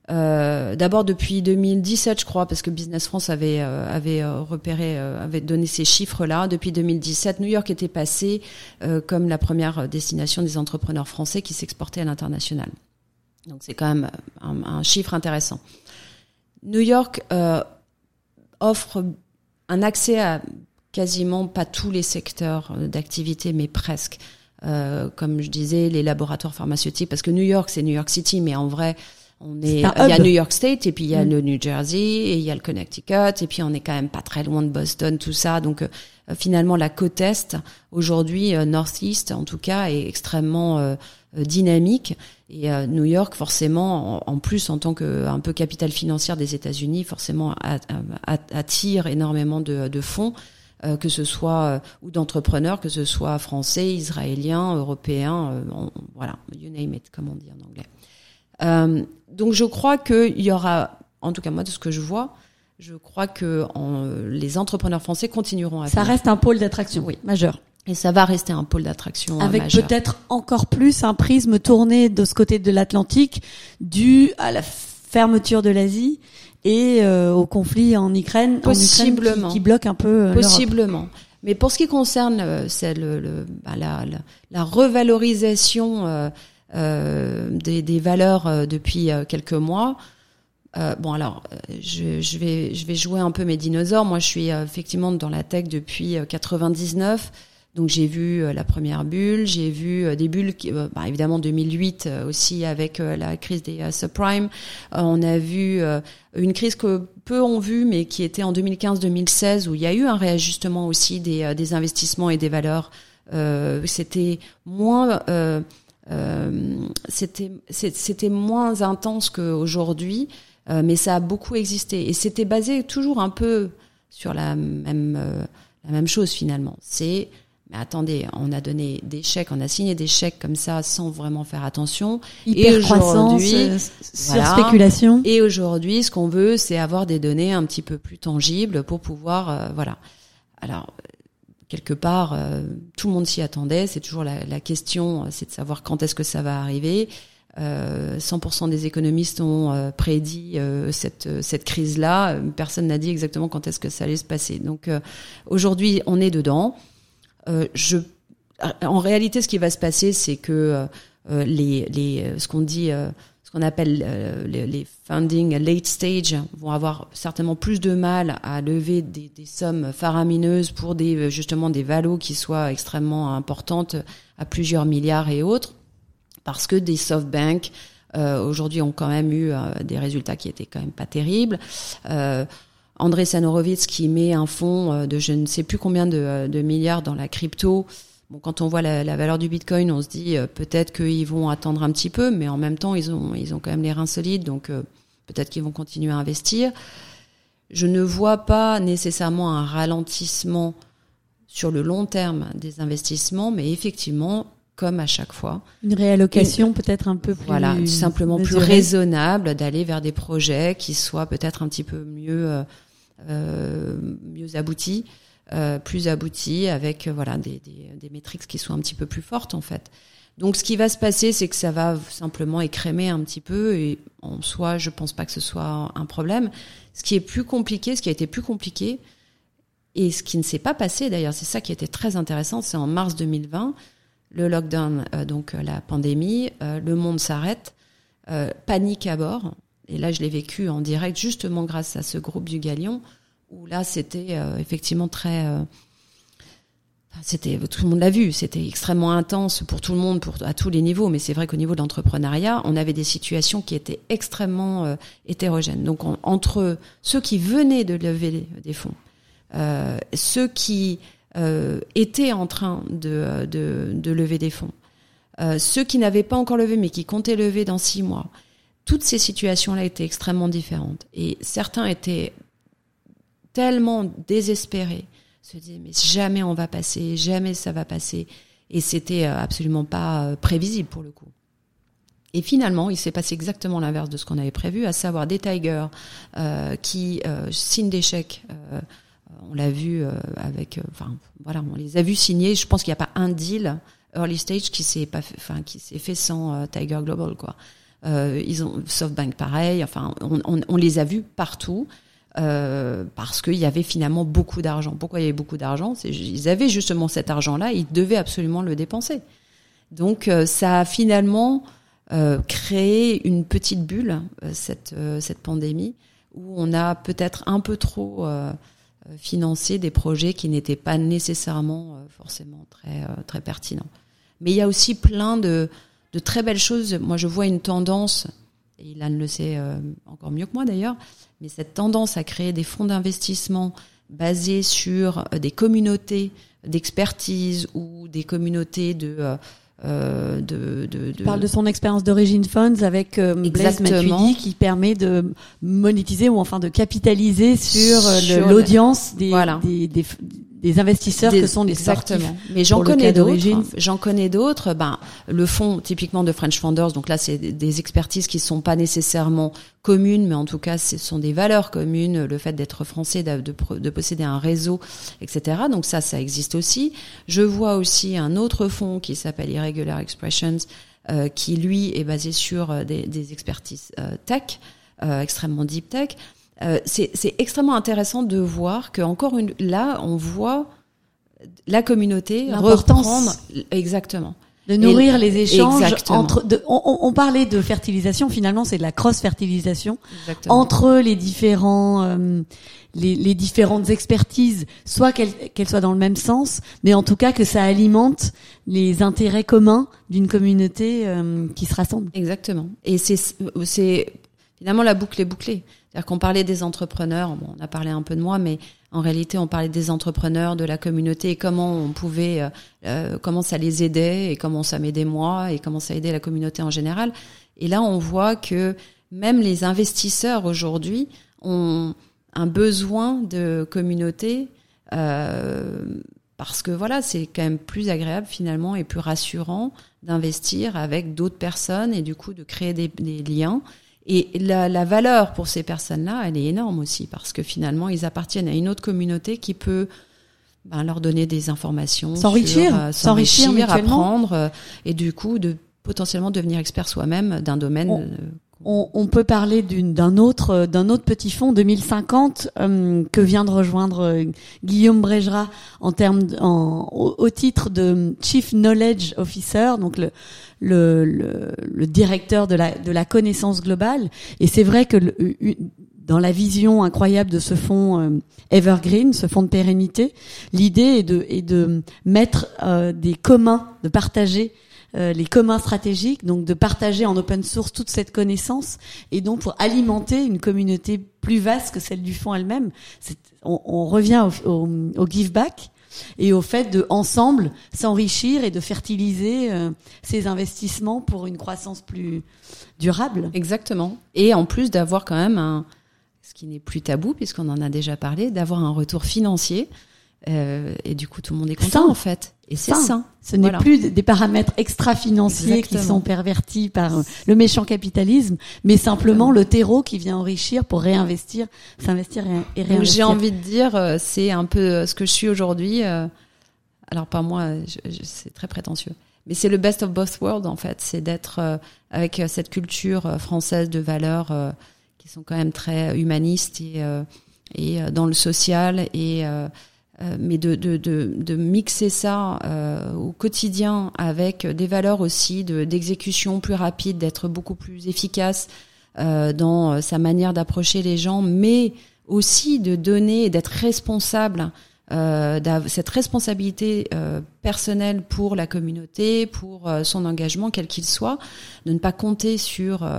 D'abord depuis 2017, je crois, parce que Business France avait donné ces chiffres-là. Depuis 2017, New York était passé comme la première destination des entrepreneurs français qui s'exportaient à l'international. Donc c'est quand même un chiffre intéressant. New York offre un accès à quasiment pas tous les secteurs d'activité, mais presque. Comme je disais, les laboratoires pharmaceutiques, parce que New York, c'est New York City, mais en vrai, il y a New York State, et puis il y a le New Jersey, et il y a le Connecticut, et puis on est quand même pas très loin de Boston, tout ça. Donc finalement, la côte est, aujourd'hui, Northeast, en tout cas, est extrêmement dynamique. Et New York, forcément, en plus, en tant que un peu capitale financière des États-Unis, forcément attire énormément de fonds. Que ce soit ou d'entrepreneurs, que ce soit français, israéliens, européens, voilà, you name it, comme on dit en anglais. Donc je crois qu'il y aura, en tout cas moi de ce que je vois, je crois que les entrepreneurs français continueront à ça venir. Reste un pôle d'attraction, oui, majeur. Et ça va rester un pôle d'attraction avec majeur. Peut-être encore plus un prisme tourné de ce côté de l'Atlantique dû à la fermeture de l'Asie et au conflit en Ukraine, possiblement, qui bloque un peu possiblement. l'Europe. Mais pour ce qui concerne c'est la revalorisation des valeurs depuis quelques mois. Bon alors, je vais jouer un peu mes dinosaures. Moi, je suis effectivement dans la tech depuis 99. Donc j'ai vu la première bulle, j'ai vu des bulles, évidemment 2008 aussi avec la crise des subprimes. On a vu une crise que peu ont vu, mais qui était en 2015-2016 où il y a eu un réajustement aussi des investissements et des valeurs. C'était moins c'était moins intense qu'aujourd'hui, mais ça a beaucoup existé et c'était basé toujours un peu sur la même chose finalement. Mais attendez, on a donné des chèques, on a signé des chèques comme ça sans vraiment faire attention. Hyper croissance, sur spéculation. Et aujourd'hui, ce qu'on veut, c'est avoir des données un petit peu plus tangibles pour pouvoir, voilà. Alors, quelque part, tout le monde s'y attendait. C'est toujours la question, c'est de savoir quand est-ce que ça va arriver. 100% des économistes ont prédit cette crise-là. Personne n'a dit exactement quand est-ce que ça allait se passer. Donc, aujourd'hui, on est dedans. En réalité, ce qui va se passer, c'est que ce qu'on appelle les funding late stage vont avoir certainement plus de mal à lever des sommes faramineuses pour justement des valos qui soient extrêmement importantes à plusieurs milliards et autres, parce que des softbanks aujourd'hui ont quand même eu des résultats qui étaient quand même pas terribles. Andreessen Horowitz qui met un fonds de je ne sais plus combien de milliards dans la crypto. Bon, quand on voit la valeur du Bitcoin, on se dit peut-être qu'ils vont attendre un petit peu, mais en même temps ils ont quand même les reins solides, donc peut-être qu'ils vont continuer à investir. Je ne vois pas nécessairement un ralentissement sur le long terme des investissements, mais effectivement, comme à chaque fois, une réallocation peut-être un peu plus simplement mesurée. Plus raisonnable, d'aller vers des projets qui soient peut-être un petit peu mieux aboutis, plus aboutis, avec des métriques qui soient un petit peu plus fortes en fait. Donc ce qui va se passer, c'est que ça va simplement écrémer un petit peu, et en soi, je pense pas que ce soit un problème. Ce qui a été plus compliqué, et ce qui ne s'est pas passé d'ailleurs, c'est ça qui était très intéressant, c'est en mars 2020. Le lockdown, donc la pandémie, le monde s'arrête, panique à bord. Et là, je l'ai vécu en direct, justement grâce à ce groupe du Galion, où là, c'était effectivement très... tout le monde l'a vu, c'était extrêmement intense pour tout le monde, à tous les niveaux. Mais c'est vrai qu'au niveau de l'entrepreneuriat, on avait des situations qui étaient extrêmement hétérogènes. Donc, entre ceux qui venaient de lever des fonds, ceux qui... étaient en train de lever des fonds. Ceux qui n'avaient pas encore levé, mais qui comptaient lever dans 6 mois. Toutes ces situations-là étaient extrêmement différentes. Et certains étaient tellement désespérés, se disaient, mais jamais on va passer, jamais ça va passer. Et c'était absolument pas prévisible pour le coup. Et finalement, il s'est passé exactement l'inverse de ce qu'on avait prévu, à savoir des tigers qui signent des chèques. On l'a vu on les a vus signer. Je pense qu'il n'y a pas un deal early stage qui s'est fait sans Tiger Global, quoi. Ils ont SoftBank pareil. Enfin, on les a vus partout. Parce qu'il y avait finalement beaucoup d'argent. Pourquoi il y avait beaucoup d'argent ? Ils avaient justement cet argent-là, ils devaient absolument le dépenser. Donc ça a finalement créé une petite bulle, cette pandémie, où on a peut-être un peu trop financé des projets qui n'étaient pas nécessairement forcément très pertinents. Mais il y a aussi plein de très belles choses. Moi, je vois une tendance, et Ilan le sait encore mieux que moi d'ailleurs, mais cette tendance à créer des fonds d'investissement basés sur des communautés d'expertise ou des communautés Tu parles de son expérience d'Origin Funds avec Blaise Matuidi qui permet de monétiser ou enfin de capitaliser sur l'audience des investisseurs que sont les sportifs. Mais j'en connais d'autres. Le fonds typiquement de French Founders, donc là c'est des expertises qui sont pas nécessairement communes, mais en tout cas ce sont des valeurs communes, le fait d'être français, de posséder un réseau, etc. Donc ça existe aussi. Je vois aussi un autre fonds qui s'appelle Irregular Expressions, qui lui est basé sur des expertises tech, extrêmement deep tech. C'est extrêmement intéressant de voir que là on voit la communauté reprendre exactement de nourrir les échanges on parlait de fertilisation, finalement c'est de la cross-fertilisation entre les différents les différentes expertises, soit qu'elles soient dans le même sens, mais en tout cas que ça alimente les intérêts communs d'une communauté qui se rassemble. Exactement. Et c'est finalement la boucle est bouclée. C'est-à-dire qu'on parlait des entrepreneurs, on a parlé un peu de moi, mais en réalité on parlait des entrepreneurs, de la communauté, et comment on pouvait, comment ça les aidait, et comment ça m'aidait moi, et comment ça aidait la communauté en général. Et là on voit que même les investisseurs aujourd'hui ont un besoin de communauté, parce que voilà, c'est quand même plus agréable finalement et plus rassurant d'investir avec d'autres personnes et du coup de créer des liens. Et la valeur pour ces personnes-là, elle est énorme aussi, parce que finalement, ils appartiennent à une autre communauté qui peut leur donner des informations, s'enrichir apprendre, et du coup, de potentiellement devenir expert soi-même d'un domaine. On peut parler d'un autre petit fonds 2050 que vient de rejoindre Guillaume Brejera au titre de Chief Knowledge Officer, donc le directeur de la connaissance globale. Et c'est vrai que dans la vision incroyable de ce fonds Evergreen, ce fonds de pérennité, l'idée est de mettre des communs, de partager les communs stratégiques, donc de partager en open source toute cette connaissance, et donc pour alimenter une communauté plus vaste que celle du fonds elle-même. On revient au give back et au fait de ensemble s'enrichir et de fertiliser ces investissements pour une croissance plus durable. Exactement. Et en plus d'avoir quand même ce qui n'est plus tabou puisqu'on en a déjà parlé, d'avoir un retour financier. Et du coup, tout le monde est content en fait. Et c'est sain. Ce n'est plus des paramètres extra-financiers qui sont pervertis par le méchant capitalisme, mais simplement le terreau qui vient enrichir pour s'investir et réinvestir. Donc, j'ai envie de dire, c'est un peu ce que je suis aujourd'hui. Alors pas moi, c'est très prétentieux. Mais c'est le best of both worlds en fait. C'est d'être avec cette culture française de valeurs qui sont quand même très humanistes et dans le social mais de mixer ça au quotidien avec des valeurs aussi d'exécution plus rapide, d'être beaucoup plus efficace dans sa manière d'approcher les gens, mais aussi de donner et d'être responsable, cette responsabilité personnelle pour la communauté, pour son engagement quel qu'il soit, de ne pas compter sur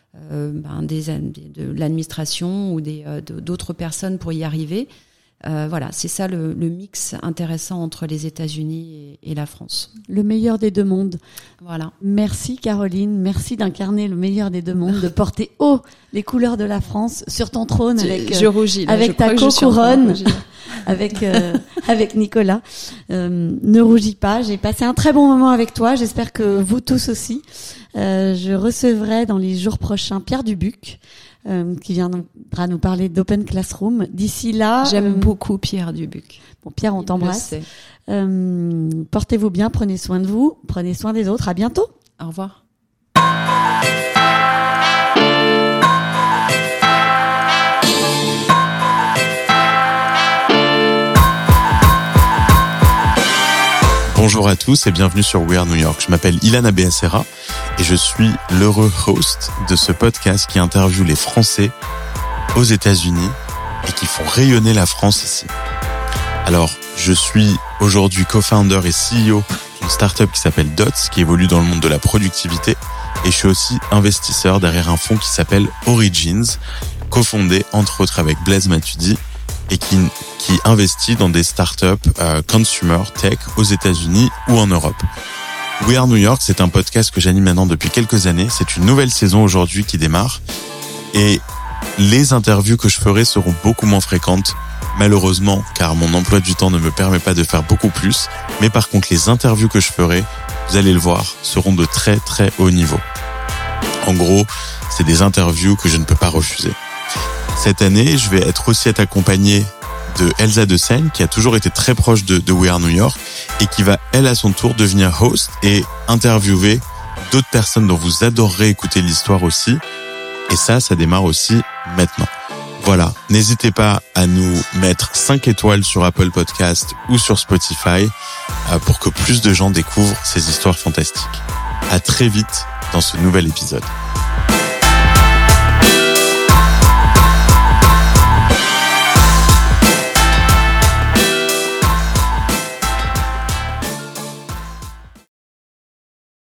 de l'administration ou d'autres personnes pour y arriver. Voilà, c'est ça le mix intéressant entre les États-Unis et la France. Le meilleur des deux mondes. Voilà. Merci Caroline, merci d'incarner le meilleur des deux mondes, de porter haut les couleurs de la France sur ton trône je rougis, avec ta co-couronne, avec Nicolas. Ne rougis pas, j'ai passé un très bon moment avec toi, j'espère que vous tous aussi. Je recevrai dans les jours prochains Pierre Dubuc, qui viendra nous parler d'Open Classroom. D'ici là... J'aime beaucoup Pierre Dubuc. Bon, Pierre, on t'embrasse. Portez-vous bien, prenez soin de vous, prenez soin des autres. À bientôt. Au revoir. Bonjour à tous et bienvenue sur We Are New York. Je m'appelle Ilana Beacera et je suis l'heureux host de ce podcast qui interviewe les Français aux États-Unis et qui font rayonner la France ici. Alors, je suis aujourd'hui co-founder et CEO d'une startup qui s'appelle Dots, qui évolue dans le monde de la productivité, et je suis aussi investisseur derrière un fonds qui s'appelle Origins, cofondé entre autres avec Blaise Matuidi et qui investit dans des startups consumer tech aux États-Unis ou en Europe. We Are New York, c'est un podcast que j'anime maintenant depuis quelques années. C'est une nouvelle saison aujourd'hui qui démarre et les interviews que je ferai seront beaucoup moins fréquentes, malheureusement, car mon emploi du temps ne me permet pas de faire beaucoup plus. Mais par contre, les interviews que je ferai, vous allez le voir, seront de très très haut niveau. En gros, c'est des interviews que je ne peux pas refuser. Cette année, je vais être aussi accompagné de Elsa de Seine, qui a toujours été très proche de We Are New York et qui va, elle, à son tour, devenir host et interviewer d'autres personnes dont vous adorerez écouter l'histoire aussi. Et ça démarre aussi maintenant. Voilà, n'hésitez pas à nous mettre 5 étoiles sur Apple Podcast ou sur Spotify pour que plus de gens découvrent ces histoires fantastiques. À très vite dans ce nouvel épisode.